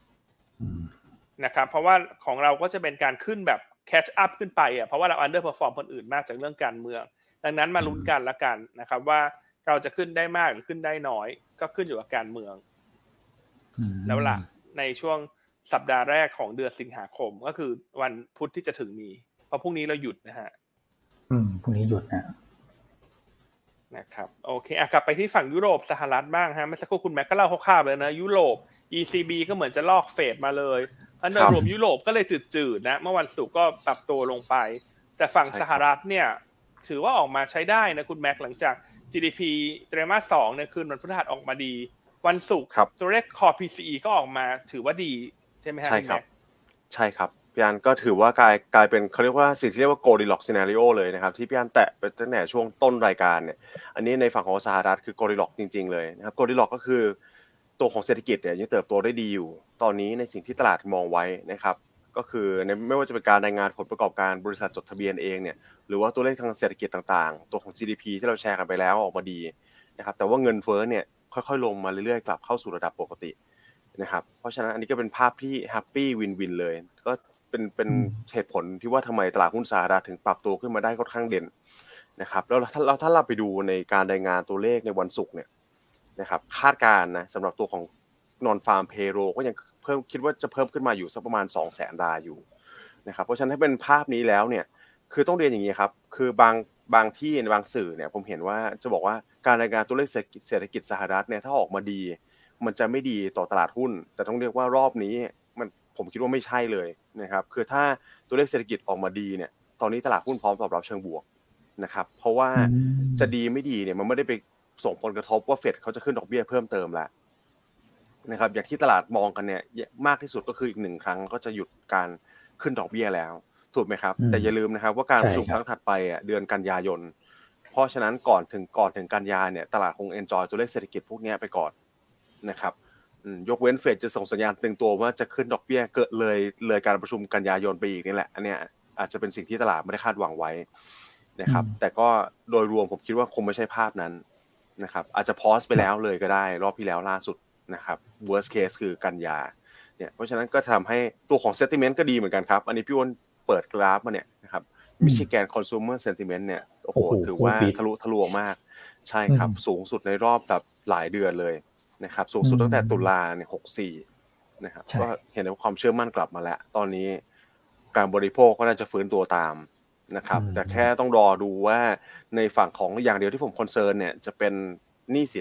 นะครับเพราะว่าของเราก็จะเป็นการขึ้นแบบ catch up ขึ้นไปอ่ะเพราะว่าเรา underperform คนอื่นมากจากเรื่องการเมืองดังนั้นมาลุ้นกันละกันนะครับว่าเราจะขึ้นได้มากหรือขึ้นได้น้อยก็ขึ้นอยู่กับการเมืองแล้วล่ะในช่วงสัปดาห์แรกของเดือนสิงหาคมก็คือวันพุธที่จะถึงนี้เพราะพรุ่งนี้เราหยุดนะฮะอืมพรุ่งนี้หยุดนะนะครับโอเคอ่ะกลับไปที่ฝั่งยุโรปสหรัฐบ้างฮะเมื่อสักครู่คุณแม็กก็เล่าคร่าวๆเลยนะยุโรป อี ซี บี ก็เหมือนจะลอกเฟดมาเลยอันโดยรวมยุโรปก็เลยจืดๆนะเมื่อวันศุกร์ก็ปรับตัวลงไปแต่ฝั่งสหรัฐเนี่ยถือว่าออกมาใช้ได้นะคุณแม็กหลังจาก จี ดี พี ไตรมาสสองเนี่ยคืนวันพฤหัสออกมาดีวันศุกร์ตัวเลข Core พี ซี อี ก็ออกมาถือว่าดีใช่ไหมฮะใช่ครับใช่ครับพี่อันก็ถือว่ากลายกลายเป็นเขาเรียกว่าสิ่งที่เรียกว่า Goldilocks scenario เลยนะครับที่พี่อันแตะไปตั้งแต่ช่วงต้นรายการเนี่ยอันนี้ในฝั่งของสหรัฐคือ Goldilocks จริงๆเลยนะครับ Goldilocks ก็คือตัวของเศรษฐกิจเนี่ยยังเติบโตได้ดีอยู่ตอนนี้ในสิ่งที่ตลาดมองไว้นะครับก็คือในไม่ว่าจะเป็นการรายงานผลประกอบการบริษัทจดทะเบียนเองเนี่ยหรือว่าตัวเลขทางเศรษฐกิจต่างๆตัวของ จี ดี พี ที่เราแชร์กันไปแล้วออกมาดีนะครับแต่ว่าเงินเฟ้อเนี่ยค่อยๆลงมาเรื่อยๆกลับเข้าสู่ระดับปกตินะครับเพราะฉะนั้นอันนี้ก็เป็นภาพที่แฮปปี้วินวินเลยก็เป็นเป็นเหตุผลที่ว่าทำไมตลาดหุ้นสหรัฐถึงปรับตัวขึ้นมาได้ค่อนข้างเด่นนะครับแล้วถ้าเราถ้าเราไปดูในการรายงานตัวเลขในวันศุกร์เนี่ยนะครับคาดการณ์นะสำหรับตัวของ non farm payroll ก็ยังเพิ่มคิดว่าจะเพิ่มขึ้นมาอยู่สักประมาณ สองแสน รายอยู่นะครับเพราะฉะนั้นถ้าเป็นภาพนี้แล้วเนี่ยคือต้องเรียนอย่างนี้ครับคือบางบางที่ในบางสื่อเนี่ยผมเห็นว่าจะบอกว่าการรายงานตัวเลขเศรษฐกิจสหรัฐเนี่ยถ้าออกมาดีมันจะไม่ดีต่อตลาดหุ้นแต่ต้องเรียกว่ารอบนี้มันผมคิดว่าไม่ใช่เลยนะครับคือถ้าตัวเลขเศรษฐกิจออกมาดีเนี่ยตอนนี้ตลาดหุ้นพร้อมตอบรับเชิงบวกนะครับเพราะว่าจะดีไม่ดีเนี่ยมันไม่ได้ไปส่งผลกระทบว่าเฟดเขาจะขึ้นดอกเบี้ยเพิ่มเติมแล้วนะครับอย่างที่ตลาดมองกันเนี่ยมากที่สุดก็คืออีกหนึ่งครั้งก็จะหยุดการขึ้นดอกเบี้ยแล้วถูกไหมครับแต่อย่าลืมนะครับว่าการประชุมครั้งถัดไปอ่ะเดือนกันยายนเพราะฉะนั้นก่อนถึงก่อนถึงกันยาเนี่ยตลาดคงเอนจอยตัวเลขเศรษฐกิจพวกนี้ไปก่อนนะครับยกเว้นเฟดจะส่งสัญญาณตึงตัวว่าจะขึ้นดอกเบี้ยเกิดเลยเลยการประชุมกันยายนไปอีกนี่แหละอันเนี้ยอาจจะเป็นสิ่งที่ตลาดไม่ได้คาดหวังไว้นะครับแต่ก็โดยรวมผมคิดว่าคงไม่ใช่ภาพนั้นนะครับอาจจะพอสไปแล้วเลยก็ได้รอบที่แล้วล่าสุดนะครับ worst case คือกันยาเนี่ยเพราะฉะนั้นก็ทำให้ตัวของ sentiment ก็ดีเหมือนกันครับอันนี้พี่อ้นเปิดกราฟมาเนี่ยนะครับ Michigan Consumer Sentiment เนี่ยโอ้โหถือว่าทะลุทะลวงมากใช่ครับสูงสุดในรอบแบบหลายเดือนเลยนะครับสูงสุดตั้งแต่ตุลาเนี่ยหกสิบสี่นะครับก็เห็นว่าความเชื่อมั่นกลับมาแล้วตอนนี้การบริโภคก็น่าจะฟื้นตัวตามนะครับแต่แค่ต้องรอดูว่าในฝั่งของอย่างเดียวที่ผมคอนเซิร์นเนี่ยจะเป็นหนี้สิน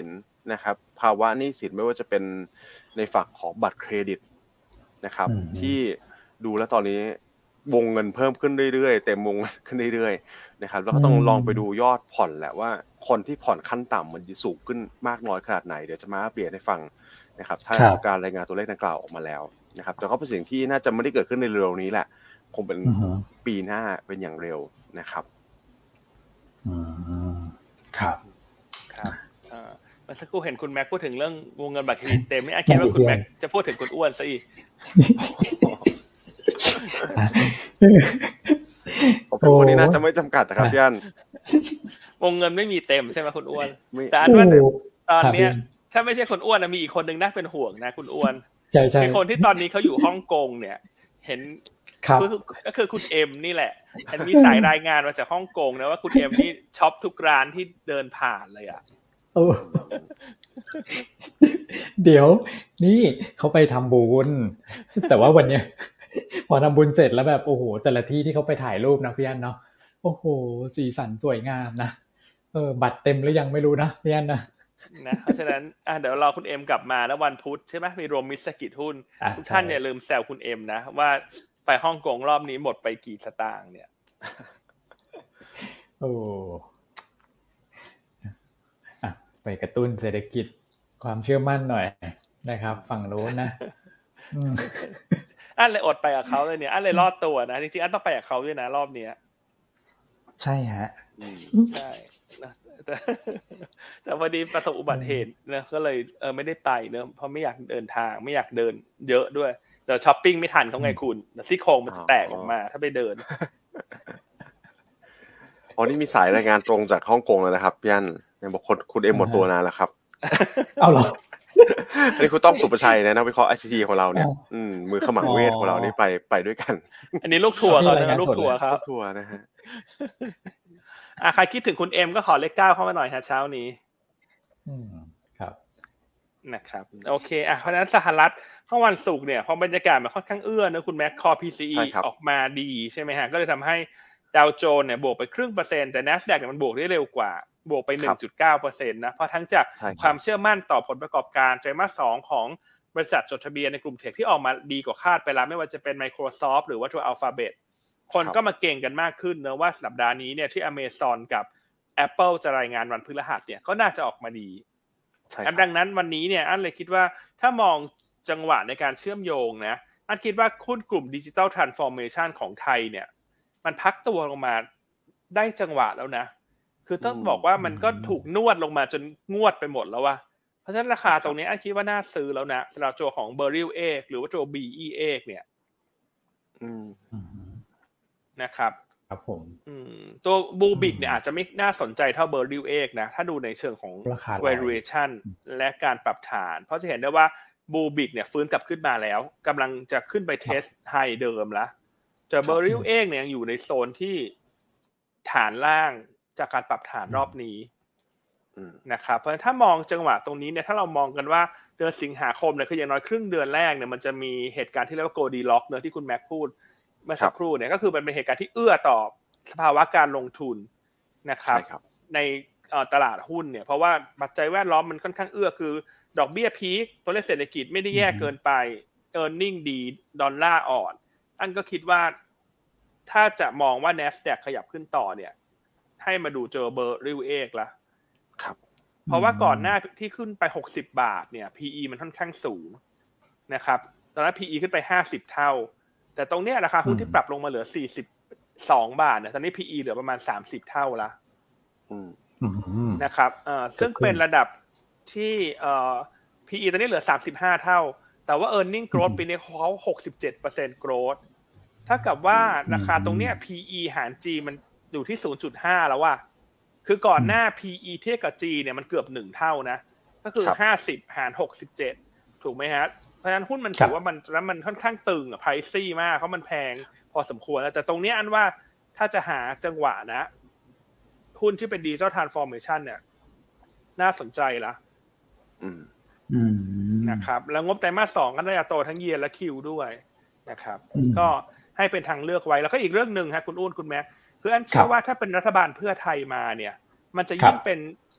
นะครับภาวะหนี้สินไม่ว่าจะเป็นในฝั่งของบัตรเครดิตนะครับที่ดูแล้วตอนนี้วงเงินเพิ่มขึ้นเรื่อยๆเต็มวงขึ้นเรื่อยๆนะครับแล้วก็ต้องลองไปดูยอดผ่อนแหละว่าคนที่ผ่อนขั้นต่ำมันจะสูงขึ้นมากน้อยขนาดไหนเดี๋ยวจะมาอัปเดตให้ฟังนะครับถ้าการรายงานตัวเลขดังกล่าวออกมาแล้วนะครับแต่ก็เป็นสิ่งที่น่าจะไม่ได้เกิดขึ้นในเร็วนี้แหละคงเป็นปีหน้าเป็นอย่างเร็วนะครับอืมครับครับเอ่อเมื่อสักครู่เห็นคุณแม็กพูดถึงเรื่องวงเงินบัตรเครดิตเต็มไม่อาคิดว่าคุณแม็กจะพูดถึงคุณอ้วนซะอีกผมเป็นคนที่น่าจะไม่จำกัดนะครับพี่อันวงเงินไม่มีเต็มใช่ไหมคุณอ้วนแต่อันว่าตอนนี้ถ้าไม่ใช่คนอ้วนนะมีอีกคนนึงน่าเป็นห่วงนะคุณอ้วนใช่ใช่คือคนที่ตอนนี้เขาอยู่ฮ่องกงเนี่ยเห็นก็คือคุณเอ็มนี่แหละอันมีสายรายงานมาจากฮ่องกงนะว่าคุณเอ็มนี่ช็อปทุกร้านที่เดินผ่านเลยอ่ะเดี๋ยวนี่เขาไปทำบุญแต่ว่าวันเนี้ยพอทำบุญเสร็จแล้วแบบโอ้โหแต่ละที่ที่เขาไปถ่ายรูปนะพี่อันเนาะโอ้โหสีสันสวยงามนะเออบัตรเต็มหรือยังไม่รู้นะพี่อันนะนะเพราะฉะนั้นอ่ะเดี๋ยวรอคุณเอ็มกลับมาแล้ววันพุธใช่ไหมมีรวมมิตรสกิจหุ้นทุกท่านอย่าลืมแซวคุณเอ็มนะว่าไปฮ่องกงรอบนี้หมดไปกี่สตางค์เนี่ยโอ้อ่ะไปกระตุ้นเศรษฐกิจความเชื่อมั่นหน่อยนะครับฝั่งโน้นนะอันเลยอดไปกับเขาเลยเนี่ยอันเลยรอดตัวนะจริงๆอันต้องไปกับเขาด้วยนะรอบนี้ใช่ฮะใช่แต่แต่พอดีประสบอุบัติเหตุนะก็เลยเออไม่ได้ไปเนอะเพราะไม่อยากเดินทางไม่อยากเดินเยอะด้วยเดี๋ยวช้อปปิ้งไม่ทันเขาไงคุณซี่โครงมันจะแตกออกมาถ้าไปเดินอ๋อนี่มีสายรายงานตรงจากฮ่องกงเลยนะครับพี่อันเนี่ยบอกคนคุณเอ็มหมดตัวนานแล้วครับเอาเหรออันนี้คุณต้องสุประชัยนะนักวิเคราะห์ ไอ ซี ที ของเราเนี่ยอืมมือขมังเวทของเรานี่ไปไปด้วยกันอันนี้ลูกทัวร์เขานะลูกทัวร์ครับลูกทัวร์นะฮะอ่ะใครคิดถึงคุณเอ็มก็ขอเลขเก้าเข้ามาหน่อยฮะเช้านี้อืมครับนะครับโอเคอ่ะเพราะฉะนั้นสหรัฐเมื่อวันศุกร์เนี่ยพอบรรยากาศมันค่อนข้างเอื้อนะคุณแม็กคอ พี ซี อี ออกมาดีใช่ไหมฮะก็เลยทำให้ดาวโจนส์เนี่ยบวกไปครึ่งเปอร์เซ็นต์แต่ NASDAQ เนี่ยมันบวกได้เร็วกว่าบวกไป หนึ่งจุดเก้าเปอร์เซ็นต์ นะเพราะทั้งจากความเชื่อมั่นต่อผลประกอบการไตรมาสสองของบริษัทจดทะเบียนในกลุ่มเทคที่ออกมาดีกว่าคาดไปแล้วไม่ว่าจะเป็น Microsoft หรือว่าตัว Alphabet คนก็มาเก่งกันมากขึ้นนะว่าสัปดาห์นี้เนี่ยที่ Amazon กับ Apple จะรายงานวันพฤหัสเนี่ยก็น่าจะออกมาดีดังนั้นวันนี้เนี่ยอันเลยคิดว่าถ้ามองจังหวะในการเชื่อมโยงนะอันคิดว่าหุ้นกลุ่ม Digital Transformation ของไทยเนี่ยมันพักตัวลงมาได้จังหวะแล้วนะคือต้องบอกว่ามันก็ถูกนวดลงมาจนงวดไปหมดแล้วว่ะเพราะฉะนั้นราคาตรงนี้อันคิดว่าน่าซื้อแล้วนะสำหรับตัวของ Beryl เอกหรือว่าตัว บี อี เอกเนี่ยนะครับครับผมตัว Bubic เนี่ยอาจจะไม่น่าสนใจเท่า Beryl เอกนะถ้าดูในเชิงของ valuation และการปรับฐานเพราะจะเห็นได้ว่า Bubic เนี่ยฟื้นกลับขึ้นมาแล้วกำลังจะขึ้นไปเทสไฮเดิมแล้วแต่ Beryl เอกเนี่ยยังอยู่ในโซนที่ฐานล่างจากการปรับฐานรอบนี้นะครับเพราะถ้ามองจังหวะตรงนี้เนี่ยถ้าเรามองกันว่าเดือนสิงหาคมเนี่ยคืออย่างน้อยครึ่งเดือนแรกเนี่ยมันจะมีเหตุการณ์ที่เรียกว่า Goldilocks เนอะที่คุณแม็กพูดเมื่อสักครู่เนี่ยก็คือมันเป็นเหตุการณ์ที่เอื้อต่อสภาวะการลงทุนนะครับในตลาดหุ้นเนี่ยเพราะว่าปัจจัยแวดล้อมมันค่อนข้างเอื้อคือดอกเบี้ยพีคตัวเลขเศรษฐกิจไม่ได้แย่เกินไป earning ดีดอลลาร์อ่อนอันก็คิดว่าถ้าจะมองว่า NASDAQ ขยับขึ้นต่อเนี่ยให้มาดูเจอเบอร์ริวเอกละครับเพราะว่าก่อนหน้าที่ขึ้นไปหกสิบบาทเนี่ย พี อี มันค่อนข้างสูงนะครับตอนนั้น พี อี ขึ้นไปห้าสิบเท่าแต่ตรงเนี้ยราคาหุ้นที่ปรับลงมาเหลือสี่สิบสองบาทเนี่ยตอนนี้ พี อี เหลือประมาณสามสิบเท่าละนะครับเอ่อซึ่งเป็นระดับที่เอ่อ พี อี ตอนนี้เหลือสามสิบห้าเท่าแต่ว่า earning growth ปีนี้เขา หกสิบเจ็ดเปอร์เซ็นต์ growth ถ้ากับว่าราคาตรงเนี้ย พี อี หาร G มันอยู่ที่ ศูนย์จุดห้า แล้วว่ะคือก่อนหน้า พี อี เทียบกับ G เนี่ยมันเกือบหนึ่งเท่านะก็คือห้าสิบหารหกสิบเจ็ดถูกไหมฮะเพราะฉะนั้นหุ้นมันถือว่ามันแล้วมันค่อนข้างตึงอ่ะ pricey มากเพราะมันแพงพอสมควรแล้วแต่ตรงนี้อันว่าถ้าจะหาจังหวะนะหุ้นที่เป็น Digital Transformation เนี่ยน่าสนใจละอืมอืมนะครับแล้วงบไตรมาสสองก็น่าจะโตทั้ง year และ Q ด้วยนะครับก็ให้เป็นทางเลือกไว้แล้วก็อีกเรื่องนึงฮะคุณอุ้นคุณแม็กคืออันเชื่อว่าถ้าเป็นรัฐบาลเพื่อไทยมาเนี่ยมันจะยิ่งเป็น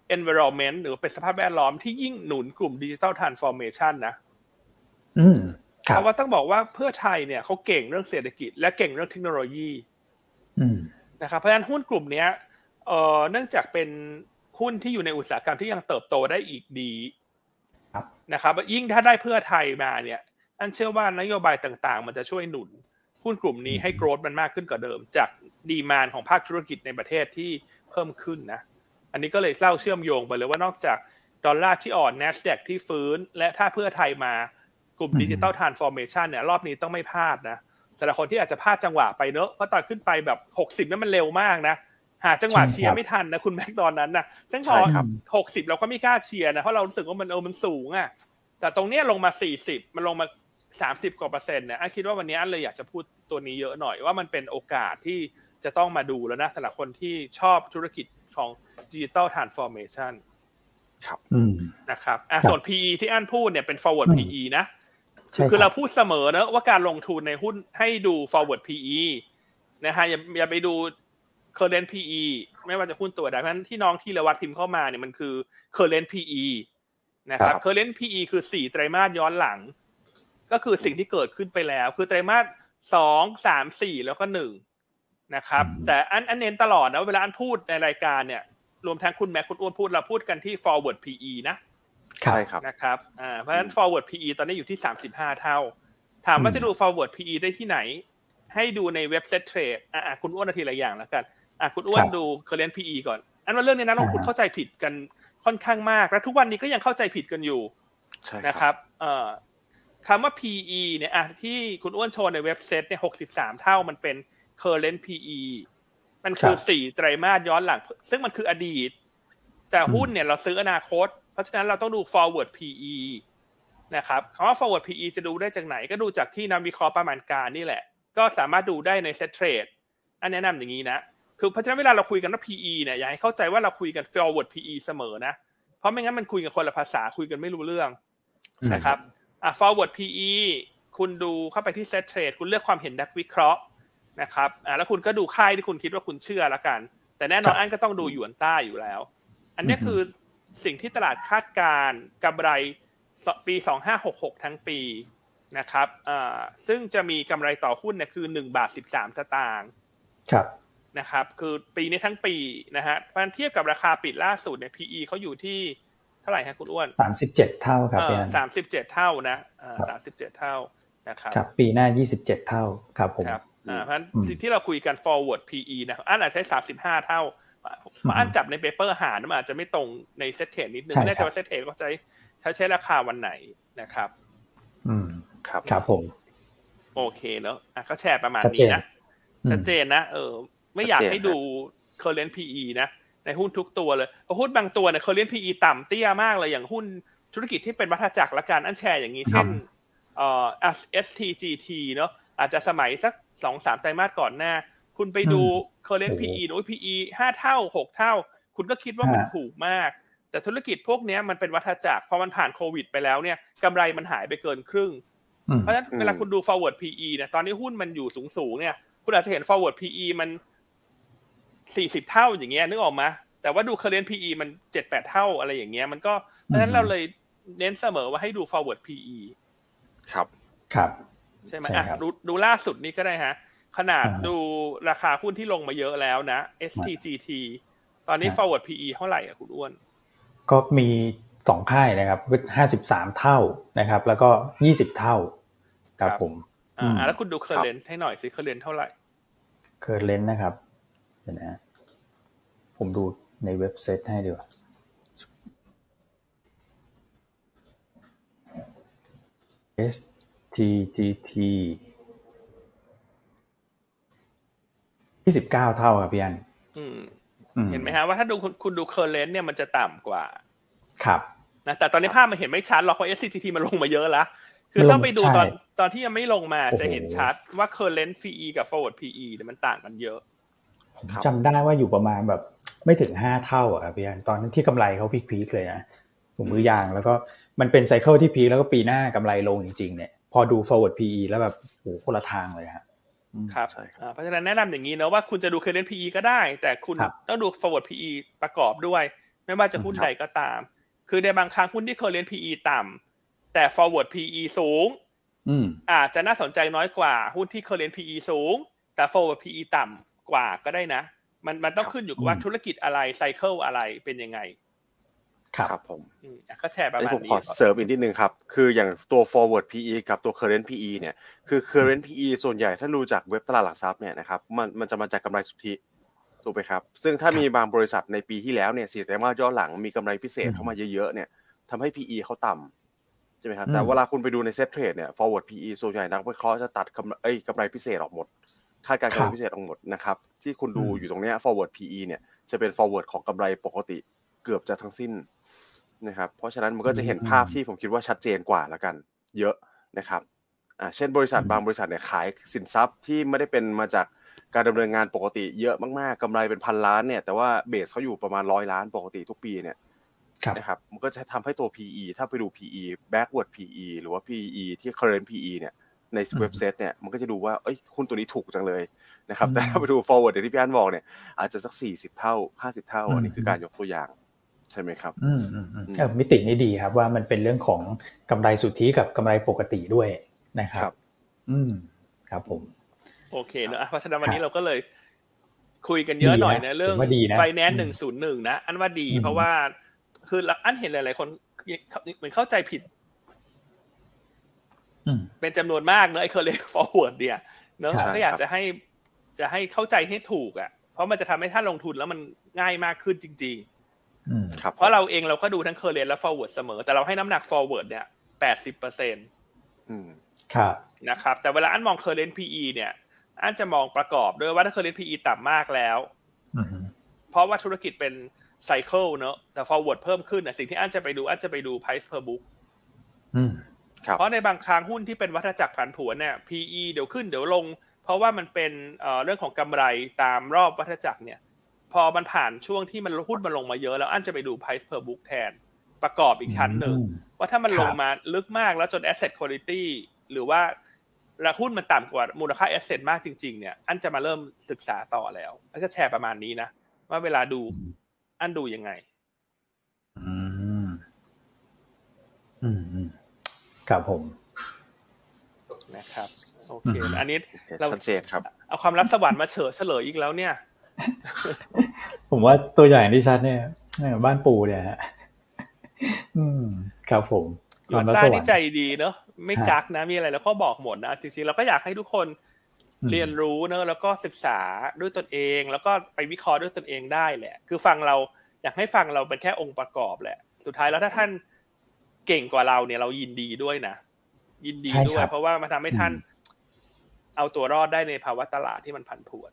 environment หรือเป็นสภาพแวดล้อมที่ยิ่งหนุนกลุ่ม Digital Transformation นะอืมเพราะว่าต้องบอกว่าเพื่อไทยเนี่ยเขาเก่งเรื่องเศรษฐกิจและเก่งเรื่องเทคโนโลยีอืมนะครับเพราะฉะนั้นหุ้นกลุ่มนี้เอ่อเนื่องจากเป็นหุ้นที่อยู่ในอุตสาหกรรมที่ยังเติบโตได้อีกดีนะครับยิ่งถ้าได้เพื่อไทยมาเนี่ยอันเชื่อว่านโยบายต่างๆมันจะช่วยหนุนหุ้นกลุ่มนี้ให้โกรธมันมากขึ้นกว่าเดิมจากดีมานด์ของภาคธุรกิจในประเทศที่เพิ่มขึ้นนะอันนี้ก็เลยเล่าเชื่อมโยงไปเลยว่านอกจากดอลลาร์ที่อ่อน NASDAQ ที่ฟื้นและถ้าเพื่อไทยมากลุ่ม Digital Transformation เนี่ยรอบนี้ต้องไม่พลาดนะสำหรับคนที่อาจจะพลาดจังหวะไปเนอะเพราะตอนขึ้นไปแบบหกสิบนั่นมันเร็วมากนะหาจังหวะเชียร์ไม่ทันนะคุณแม็กตอนนั้นนะซึ่งพอหกสิบเราก็ไม่กล้าเชียร์นะเพราะเรารู้สึกว่ามันเออมันสูงอ่ะแต่ตรงเนี้ยลงมาสี่สิบมันลงมาสามสิบกว่าเปอร์เซ็นต์นะอันคิดว่าวันนี้อันเลยอยากจะพูดตัวนี้เยอะหน่อยว่ามันเป็นโอกาสที่จะต้องมาดูแล้วนะสำหรับคนที่ชอบธุรกิจของ Digital Transformation ครับนะครับอ่ะส่วน พี อี ที่อันพูดเนี่ยเป็น forward พี อี นะคือเราพูดเสมอนะว่าการลงทุนในหุ้นให้ดู forward พี อี นะฮะอย่าอย่าไปดู current พี อี ไม่ว่าจะหุ้นตัวใดเพราะฉะนั้นที่น้องธีรวัฒน์พิมพ์เข้ามาเนี่ยมันคือ current พี อี นะครับ current พี อี คือสี่ไตรมาสย้อนหลังก็คือสิ่งที่เกิดขึ้นไปแล้วคือไตรมาสสอง สาม สี่แล้วก็หนึ่งนะครับแต่อันอันเน้นตลอดนะเวลาอันพูดในรายการเนี่ยรวมทั้งคุณแม็กคุณอ้วนพูดเราพูดกันที่ forward พี อี นะใช่ครับนะครับอ่าเพราะฉะนั้น forward พี อี ตอนนี้อยู่ที่สามสิบห้าเท่าถามว่าจะดู forward พี อี ได้ที่ไหนให้ดูในเว็บ Set Trade อ่าคุณอ้วนทีละอย่างแล้วกันอ่ะคุณอ้วนดู current พี อี ก่อนอันว่าเรื่องนี้นักลงทุนเข้าใจผิดกันค่อนข้างมากและทุกวันนี้ก็ยังเข้าใจผิดกันอยู่นะครับเอ่อคำว่า พี อี เนี่ยอ่ะที่คุณอ้วนโชว์ในเว็บ Set เนี่ยหกสิบสามเท่ามันเป็น current พี อี มันคือสี่ไตรมาสย้อนหลังซึ่งมันคืออดีตแต่หุ้นเนี่ยเราซื้ออนาคตเพราะฉะนั้นเราต้องดู forward พี อี นะครับคำว่า forward พี อี จะดูได้จากไหนก็ดูจากที่นักวิเคราะห์ประมาณการนี่แหละก็สามารถดูได้ใน Set Trade อันแนะนำอย่างนี้นะคือเพราะฉะนั้นเวลาเราคุยกันว่า พี อี เนี่ยอย่าให้เข้าใจว่าเราคุยกัน forward พี อี เสมอนะเพราะไม่งั้นมันคุยกันคนละภาษาคุยกันไม่รู้เรื่องนะครับอ่ะ forward พี อี คุณดูเข้าไปที่ Set Trade คุณเลือกความเห็นนักวิเคราะห์นะครับอ่ะแล้วคุณก็ดูค่ายที่คุณคิดว่าคุณเชื่อละกันแต่แน่นอนอันก็ต้องดูหยวนต้าอยู่แล้วอันนี้คือสิ่งที่ตลาดคาดการณ์กำไรปีสองพันห้าร้อยหกสิบหกทั้งปีนะครับอ่าซึ่งจะมีกำไรต่อหุ้นเนี่ยคือหนึ่งบาทสิบสามสตางค์ครับนะครับคือปีนี้ทั้งปีนะฮะพันเทียบกับราคาปิดล่าสุดเนี่ย พี อี เขาอยู่ที่เท่าไหร่ฮะคุณอ้วนสามสิบเจ็ดเท่าครับเออสามสิบเจ็ดเท่านะอ่าสามสิบเจ็ดเท่านะครับครับปีหน้ายี่สิบเจ็ดเท่าครับผมครับอ่าเพราะฉะนั้นที่เราคุยกัน forward พี อี นะอันอาจจะใช้สามสิบห้าเท่าอันจับในเปเปอร์หารมันอาจจะไม่ตรงในเซ็ตเทรดนิดนึงไม่แน่ใจว่าเซ็ตเทรดก็ใช้ใช้ใช้ราคาวันไหนนะครับอืมครับครับผมโอเคเนอะอ่ะก็แชร์ประมาณนี้นะชัดเจนนะเออไม่อยากให้ดู current พี อี นะในหุ้นทุกตัวเลยเพราะหุ้นบางตัวเนี่ย current พี อี ต่ำเตี้ยมากเลยอย่างหุ้นธุรกิจที่เป็นวัฏจักรละกันอันแชร์อย่างนี้เช่นเอ่อ เอส ที จี ที เนอะอาจจะสมัยสัก สองสาม ไตรมาสก่อนหน้าคุณไปดู current พี อี โอ้ย พี อี ห้าเท่าหกเท่าคุณก็คิดว่ามันถูกมากแต่ธุรกิจพวกนี้มันเป็นวัฏจักรพอมันผ่านโควิดไปแล้วเนี่ยกำไรมันหายไปเกินครึ่งเพราะฉะนั้นเวลาคุณดู forward พี อี เนี่ยตอนนี้หุ้นมันอยู่สูงๆเนี่ยคุณอาจจะเห็น forward พี อี มันสี่สิบเท่าอย่างเงี้ยนึกออกมั้ยแต่ว่าดู current พี อี มัน เจ็ดแปด เท่าอะไรอย่างเงี้ยมันก็เพราะฉะนั้นเราเลยเน้นเสมอว่าให้ดู forward พี อีครับครับใช่มั้ยอ่ะดูดูล่าสุดนี้ก็ได้ฮะขนาดดูราคาหุ้นที่ลงมาเยอะแล้วนะ เอส ที จี ที ตอนนี้ forward พี อี เท่าไหร่อ่ะคุณอ้วนก็มีสองค่ายนะครับห้าสิบสามเท่านะครับแล้วก็ยี่สิบเท่าครับผมอ่าแล้วคุณดู current ให้หน่อยสิ current เท่าไหร่ current นะครับเดี๋ยวนะผมดูในเว็บเซตให้ดีกว่า เอส ที จี ที ยี่สิบเก้าเท่าครับพี่อันอืมเห็นไหมฮะว่าถ้าดูคุณดู current เนี่ยมันจะต่ำกว่าครับนะแต่ตอนนี้ภาพมันเห็นไม่ชัดหรอกเพราะ เอส ซี จี ที มันลงมาเยอะแล้วคือต้องไปดูตอนตอนที่ยังไม่ลงมาจะเห็นชัดว่า current พี อี กับ forward พี อี เนี่ยมันต่างกันเยอะผมจำได้ว่าอยู่ประมาณแบบไม่ถึงห้าเท่าอ่ะครับพี่อันตอนนั้นที่กำไรเขาพีคๆเลยนะผมมือยางแล้วก็มันเป็นไซเคิลที่พีคแล้วก็ปีหน้ากำไรลงจริงๆเนี่ยพอดู forward พี อี แล้วแบบโหคนละทางเลยฮะครับเพราะฉะนั้นแนะนำอย่างนี้นะว่าคุณจะดู current พี อี ก็ได้แต่คุณต้องดู forward พี อี ประกอบด้วยไม่ว่าจะหุ้นใดก็ตามคือในบางครั้งหุ้นที่ current พี อี ต่ำแต่ forward พี อี สูงอาจจะน่าสนใจน้อยกว่าหุ้นที่ current พี อี สูงแต่ forward พี อี ต่ำกว่าก็ได้นะมันมันต้องขึ้นอยู่กับว่าธุรกิจอะไรไซเคิลอะไรเป็นยังไงครับผมก็แชร์ประมาณนี้ผมขอเสริมอีกนิดนึงครับคืออย่างตัว forward พี อี กับตัว current พี อี เนี่ยคือ current พี อี ส่วนใหญ่ถ้าดูจากเว็บตลาดหลักทรัพย์เนี่ยนะครับมันมันจะมาจากกำไรสุทธิถูกไหมครับซึ่งถ้ามีบางบริษัทในปีที่แล้วเนี่ยสี่ไตรมาสย้อนหลังมีกำไรพิเศษเข้ามาเยอะๆเนี่ยทำให้ พี อี เขาต่ำใช่ไหมครับแต่เวลาคุณไปดูในเซ็ตเทรดเนี่ย forward พี อี ส่วนใหญ่นักวิเคราะห์จะตัดกำไรเอ้ยกำไรพิเศษออกหมดคาดการณ์กำไรพิเศษออกหมดนะครับที่คุณดูอยู่ตรงนี้ forward พี อี เนี่ยจะเป็น forward ของกำไรปกติเกือบจะทั้งสิ้นนะครับเพราะฉะนั้นมันก็จะเห็นภาพที่ผมคิดว่าชัดเจนกว่าแล้วกันเยอะนะครับอ่าเช่นบริษัทบางบริษัทเนี่ยขายสินทรัพย์ที่ไม่ได้เป็นมาจากการดำเนินงานปกติเยอะมากๆกำไรเป็นพันล้านเนี่ยแต่ว่าเบสเขาอยู่ประมาณร้อยล้านปกติทุกปีเนี่ยนะครับมันก็จะทำให้ตัว พี อี ถ้าไปดู พี อี backward พี อี หรือว่า พี อี ที่ current พี อี เนี่ยในเว็บเซตเนี่ยมันก็จะดูว่าเอ้ยหุ้นตัวนี้ถูกจังเลยนะครับแต่ถ้าไปดู forward อย่างที่พี่อั้นบอกเนี่ยอาจจะสักสี่สิบเท่าห้าสิบเท่าอันนี้คือการยกตัวอย่างใช่ไหมครับอืมอืมอืมเออมิตินี้ดีครับว่ามันเป็นเรื่องของกำไรสุทธิกับกำไรปกติด้วยนะครับอืมครับผมโอเคเนอะเพราะฉะนั้นวันนี้เราก็เลยคุยกันเยอะหน่อยนะเรื่อง Finance หนึ่งศูนย์หนึ่งนะอันว่าดีเพราะว่าคืออันเห็นหลายๆคนเหมือนเข้าใจผิดเป็นจำนวนมากเนอะไอ้ current forward เนี่ยเนอะก็อยากจะให้จะให้เข้าใจให้ถูกอ่ะเพราะมันจะทำให้ท่านลงทุนแล้วมันง่ายมากขึ้นจริงๆเพราะเราเองเราก็ดูทั้ง current และ forward เสมอแต่เราให้น้ำหนัก forward เนี่ย แปดสิบเปอร์เซ็นต์อืมครับนะครับแต่เวลาอันมอง current พี อี เนี่ยอันจะมองประกอบด้วยว่าถ้า current พี อี ต่ำมากแล้วเพราะว่าธุรกิจเป็นไซเคิลเนอะแต่ forward เพิ่มขึ้นน่ะสิ่งที่อันจะไปดูอันจะไปดู price per book อืมเพราะในบางครั้งหุ้นที่เป็นวัฏจักรผันผวนเนี่ย พี อี เดี๋ยวขึ้นเดี๋ยวลงเพราะว่ามันเป็นเอ่อเรื่องของกำไรตามรอบวัฏจักรเนี่ยพอมันผ่านช่วงที่มันหุ้นมันลงมาเยอะแล้วอันจะไปดู price per book แทนประกอบอีกชั้นหนึ่งว่าถ้ามันลงมาลึกมากแล้วจน asset quality หรือว่าราคาหุ้นมันต่ำกว่ามูลค่า asset มากจริงๆเนี่ยอันจะมาเริ่มศึกษาต่อแล้วอันก็แชร์ประมาณนี้นะว่าเวลาดูอันดูยังไงอืมอืมครับผมนะครับโอเคอันนี้เราชัดเจนครับเอาความลับสวรรค์มาเฉลยเฉลยอีกแล้วเนี่ยผมว่าตัวอย่างที่ชัดเนี่ยบ้านปูเนี่ยฮะอืมครับผมความลับสวรรค์นี่ใจดีเนอะไม่กักนะมีอะไรแล้วก็บอกหมดนะจริงๆเราก็อยากให้ทุกคนเรียนรู้เนอะแล้วก็ศึกษาด้วยตนเองแล้วก็ไปวิเคราะห์ด้วยตนเองได้แหละคือฟังเราอยากให้ฟังเราเป็นแค่องค์ประกอบแหละสุดท้ายแล้วถ้าท่านเก่งกว่าเราเนี่ยเรายินดีด้วยนะยินดีด้วยเพราะว่ามันทำให้ท่านเอาตัวรอดได้ในภาวะตลาดที่มันผันผวน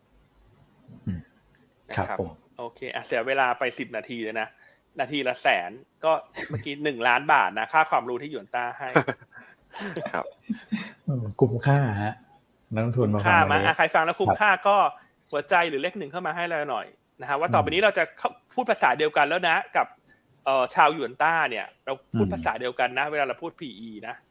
ครับผมโอเคอ่ะเสียเวลาไปสิบนาทีเลยนะนาทีละแสนก็เมื่อกี้หนึ่งล้านบาทนะค่าความรู้ที่หยวนต้าให้ครับคุ้มค่าฮะนักลงทุนมาฟังมาใครฟังแล้วคุ้มค่าก็หัวใจหรือเลขหนึ่งเข้ามาให้เราหน่อยนะฮะว่าต่อไปนี้เราจะพูดภาษาเดียวกันแล้วนะกับเอ่อชาวหยวนต้าเนี่ยเราพูดภาษาเดียวกันนะเวลาเราพูด พี อี นะ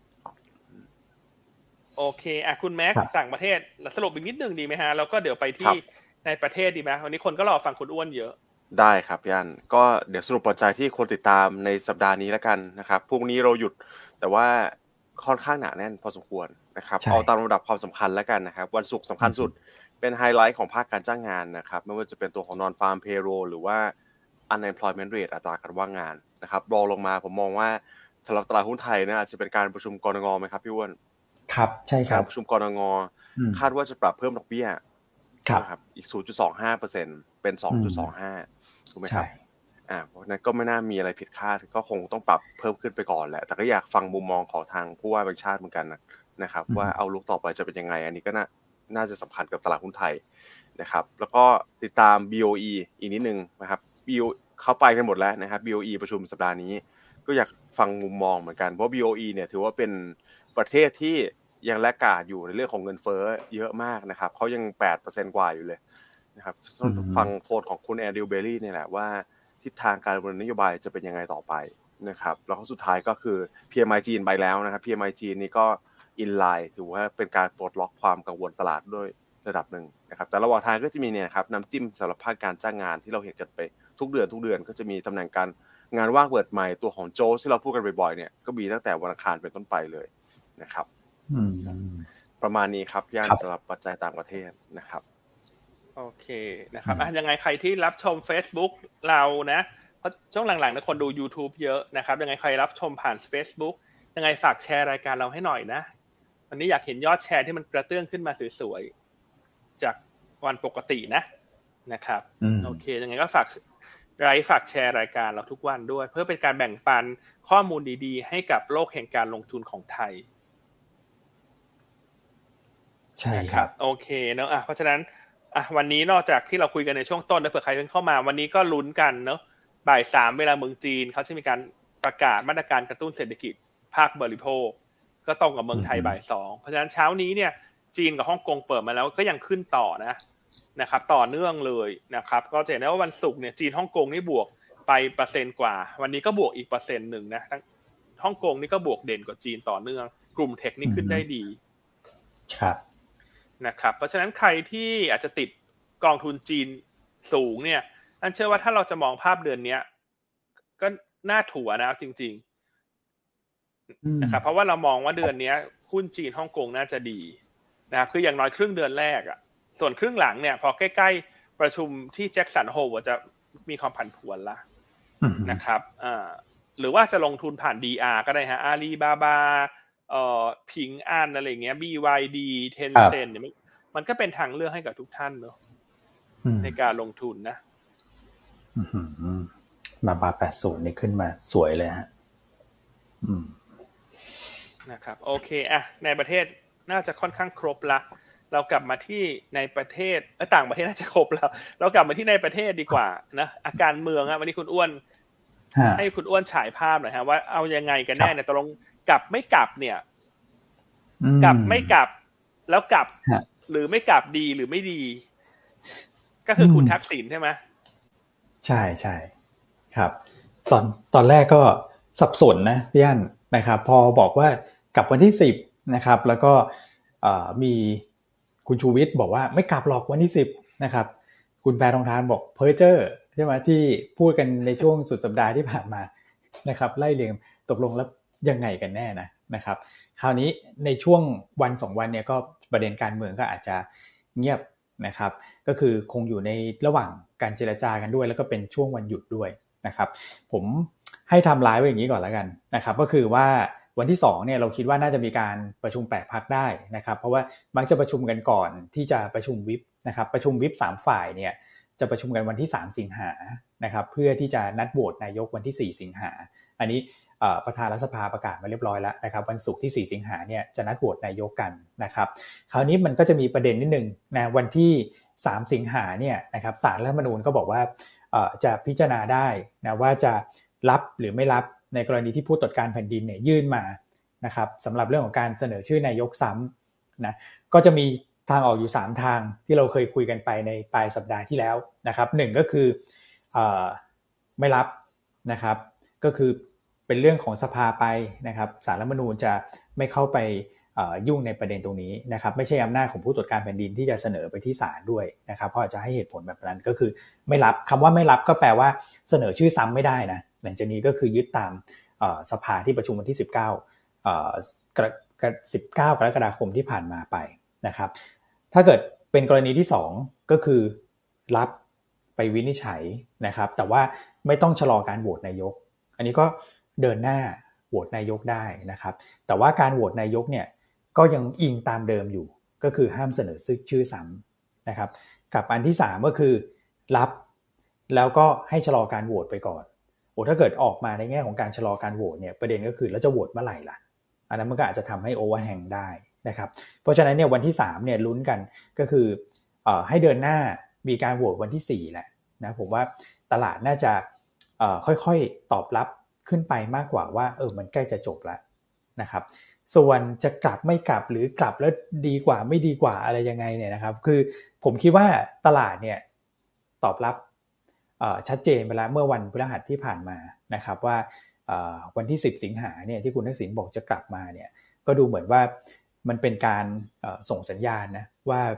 โอเคอ่ะคุณแม็กต่างประเทศสรุปอีกนิดนึงดีไหมฮะแล้วก็เดี๋ยวไปที่ในประเทศดีไหมวันนี้คนก็รอฟังคุณอ้วนเยอะได้ครับย่านก็เดี๋ยวสรุปปัจจัยที่คนติดตามในสัปดาห์นี้แล้วกันนะครับพรุ่งนี้เราหยุดแต่ว่าค่อนข้างหนาแน่นพอสมควรนะครับเอาตามลำดับความสำคัญแล้วกันนะครับวันศุกร์สำคัญสุดเป็นไฮไลท์ของภาคการจ้างงานนะครับไม่ว่าจะเป็นตัวของ non farm payroll หรือว่า unemployment rate อัตราการว่างงานนะครับรองลงมาผมมองว่าสำหรับตลาดหุ้นไทยนะอาจจะเป็นการประชุมกนงไหมครับพี่อ้วนครับใช่ครับการประชุมกนงคาดว่าจะปรับเพิ่มดอกเบี้ยครับอีก ศูนย์จุดสองห้าเปอร์เซ็นต์ เป็น สองจุดสองห้า ถูกไหมครับอ่าเพราะนั้นก็ไม่น่ามีอะไรผิดคาดก็คงต้องปรับเพิ่มขึ้นไปก่อนแหละแต่ก็อยากฟังมุมมองของทางผู้ว่าแบงก์ชาติเหมือนกันนะครับว่าเอาลุกต่อไปจะเป็นยังไงอันนี้ก็น่าน่าจะสำคัญกับตลาดหุ้นไทยนะครับแล้วก็ติดตาม บี โอ อี อีกนิดนึงนะครับ บี โอ เข้าไปกันหมดแล้วนะครับ บี โอ อี ประชุมสัปดาห์นี้ก็อยากฟังมุมมองเหมือนกันเพราะ บี โอ อี เนี่ยถือว่าเป็นประเทศที่ยังแลกขาดอยู่ในเรื่องของเงินเฟ้อเยอะมากนะครับเขายัง แปดเปอร์เซ็นต์ กว่าอยู่เลยนะครับฟังโทนของคุณแอนดริวเบลลี่เนี่ยแหละว่าทิศทางการดำเนินนโยบายจะเป็นยังไงต่อไปนะครับแล้วก็สุดท้ายก็คือ พี เอ็ม ไอ จีนไปแล้วนะครับ พี เอ็ม ไอ จีนนี่ก็อินไลน์ถือว่าเป็นการปลดล็อกความกังวลตลาดด้วยในระดับนึงนะครับแต่ระหว่างทางก็จะมีเนี่ยครับน้ำจิ้มสำหรับภาคการจ้างงานที่เราเห็นกันไปทุกเดือนทุกเดือนก็จะมีตำแหน่งการงานว่างเปิดใหม่ตัวของโจที่เราพูดกันบ่อยๆเนี่ยก็มีตั้งแต่วันอังคารเป็นต้นไปเลยนะครับประมาณนี้ครับย่านสำหรับปัจจัยต่างประเทศนะครับโอเคนะครับอ่ะยังไงใครที่รับชม Facebook เรานะเพราะช่วงหลังๆนะคนดู YouTube เยอะนะครับยังไงใครรับชมผ่าน Facebook ยังไงฝากแชร์รายการเราให้หน่อยนะวันนี้อยากเห็นยอดแชร์ที่มันกระเตื้องขึ้นมาสวยๆจากวันปกตินะนะครับโอเคยังไงก็ฝากไลค์ฝากแชร์รายการเราทุกวันด้วยเพื่อเป็นการแบ่งปันข้อมูลดีๆให้กับโลกแห่งการลงทุนของไทยใช่ครับโอเคเนอะอ่ะเพราะฉะนั้นอ่ะวันนี้นอกจากที่เราคุยกันในช่วงต้นแล้วเผื่อใครเพิ่งเข้ามาวันนี้ก็ลุ้นกันเนอะบ่ายสามเวลาเมืองจีนเขาจะมีการประกาศมาตรการกระตุ้นเศรษฐกิจภาคบริโภคก็ตรงกับเมืองไทยบ่ายสองเพราะฉะนั้นเช้านี้เนี่ยจีนกับฮ่องกงเปิดมาแล้วก็ยังขึ้นต่อนะนะครับต่อเนื่องเลยนะครับก็จะเห็นได้ว่าวันศุกร์เนี่ยจีนฮ่องกงนี่บวกไปเปอร์เซ็นต์กว่าวันนี้ก็บวกอีกเปอร์เซ็นต์หนึ่งนะฮ่องกงนี่ก็บวกเด่นกว่าจีนต่อเนื่องกลุ่มเทคนี่ขึ้นได้ดีครับนะครับเพราะฉะนั้นใครที่อาจจะติดกองทุนจีนสูงเนี่ยอันเชื่อว่าถ้าเราจะมองภาพเดือนนี้ก็น่าถัวนะจริงๆนะครับเพราะว่าเรามองว่าเดือนนี้หุ้นจีนฮ่องกงน่าจะดีนะครับคืออย่างน้อยครึ่งเดือนแรกอ่ะส่วนครึ่งหลังเนี่ยพอใกล้ๆประชุมที่แจ็คสันโฮลจะมีความผันผวนละนะครับอ่าหรือว่าจะลงทุนผ่าน ดี อาร์ ก็ได้ฮะ Alibaba เอ่อผิงอันอะไรอย่างเงี้ย บี วาย ดี Tencent เนี่ยมันก็เป็นทางเลือกให้กับทุกท่านเนาะในการลงทุนนะมาบาแปดสิบนี่ขึ้นมาสวยเลยฮะอืมนะครับโอเคอ่ะในประเทศน่าจะค่อนข้างครบละเรากลับมาที่ในประเทศเออต่างประเทศน่าจะครบแล้วเรากลับมาที่ในประเทศดีกว่านะอาการเมืองอ่ะวันนี้คุณอ้วนให้คุณอ้วนฉายภาพหน่อยฮะว่าเอายังไงกันแน่เนี่ยตกลงกลับไม่กลับเนี่ยกลับไม่กลับแล้วกลับหรือไม่กลับดีหรือไม่ดีก็คือคุณทักษิณใช่ไหมใช่ใช่ครับตอนตอนแรกก็สับสนนะพี่อั้นนะครับพอบอกว่ากลับวันที่สิบนะครับแล้วก็มีคุณชูวิทย์บอกว่าไม่กลับหรอกวันที่สิบนะครับคุณแพรทองธารบอกเพ้อเจ้อใช่ไหมที่พูดกันในช่วงสุดสัปดาห์ที่ผ่านมานะครับไล่เรียงตกลงแล้วยังไงกันแน่นะนะครับคราวนี้ในช่วงวันสองวันเนี่ยก็ประเด็นการเมืองก็อาจจะเงียบนะครับก็คือคงอยู่ในระหว่างการเจรจากันด้วยแล้วก็เป็นช่วงวันหยุดด้วยนะครับผมให้ทำไลฟ์ไว้อย่างนี้ก่อนแล้วกันนะครับก็คือว่าวันที่สองเนี่ยเราคิดว่าน่าจะมีการประชุมแปดพรรคได้นะครับเพราะว่ามักจะประชุมกันก่อนที่จะประชุมวิปนะครับประชุมวิปสามฝ่ายเนี่ยจะประชุมกันวันที่สามสิงหานะครับเพื่อที่จะนัดโหวตนายกวันที่สี่สิงหาอันนี้ประธานรัฐสภาประกาศมาเรียบร้อยแล้วนะครับวันศุกร์ที่สี่สิงหาเนี่ยจะนัดโหวตนายกกันนะครับคราวนี้มันก็จะมีประเด็นนิดนึงนะวันที่สามสิงหาเนี่ยนะครับศาลรัฐธรรมนูญก็บอกว่าจะพิจารณาได้นะว่าจะรับหรือไม่รับในกรณีที่ผู้ตรวจการแผ่นดินเนี่ยยื่นมานะครับสำหรับเรื่องของการเสนอชื่อนายกซ้ำนะก็จะมีทางออกอยู่สามทางที่เราเคยคุยกันไปในปลายสัปดาห์ที่แล้วนะครับหนึ่งก็คือเอ่อไม่รับนะครับก็คือเป็นเรื่องของสภาไปนะครับศาลรัฐธรรมนูญจะไม่เข้าไปยุ่งในประเด็นตรงนี้นะครับไม่ใช่อำนาจของผู้ตรวจการแผ่นดินที่จะเสนอไปที่ศาลด้วยนะครับเพราะอาจจะให้เหตุผลแบบนั้นก็คือไม่รับคำว่าไม่รับก็แปลว่าเสนอชื่อซ้ำไม่ได้นะหลังจากนี้ก็คือยึดตามสภาที่ประชุมวันที่สิบเก้าเอ่อสิบเก้ากรกฎาคมที่ผ่านมาไปนะครับถ้าเกิดเป็นกรณีที่สองก็คือรับไปวินิจฉัยนะครับแต่ว่าไม่ต้องชะลอการโหวตนายกอันนี้ก็เดินหน้าโหวตนายกได้นะครับแต่ว่าการโหวตนายกเนี่ยก็ยังอิงตามเดิมอยู่ก็คือห้ามเสนอชื่อซ้ำนะครับกับอันที่สามก็คือรับแล้วก็ให้ชะลอการโหวตไปก่อนโอ้ถ้าเกิดออกมาในแง่ของการชะลอการโหวตเนี่ยประเด็นก็คือแล้วจะโหวตเมื่อไหร่ล่ะอันนั้นมันก็อาจจะทำให้โอเวอร์แฮงได้นะครับเพราะฉะนั้นเนี่ยวันที่สามเนี่ยลุ้นกันก็คือเอ่อให้เดินหน้ามีการโหวตวันที่สี่แหละนะผมว่าตลาดน่าจะเอ่อค่อยๆตอบรับขึ้นไปมากกว่าว่าเออมันใกล้จะจบแล้วนะครับส่วนจะกลับไม่กลับหรือกลับแล้วดีกว่าไม่ดีกว่าอะไรยังไงเนี่ยนะครับคือผมคิดว่าตลาดเนี่ยตอบรับชัดเจนไปแล้วเมื่อวันพฤหัสที่ผ่านมานะครับว่าวันที่สิบสิงหาเนี่ยที่คุณทักษิณบอกจะกลับมาเนี่ยก็ดูเหมือนว่ามันเป็นการส่งสัญญาณนะว่า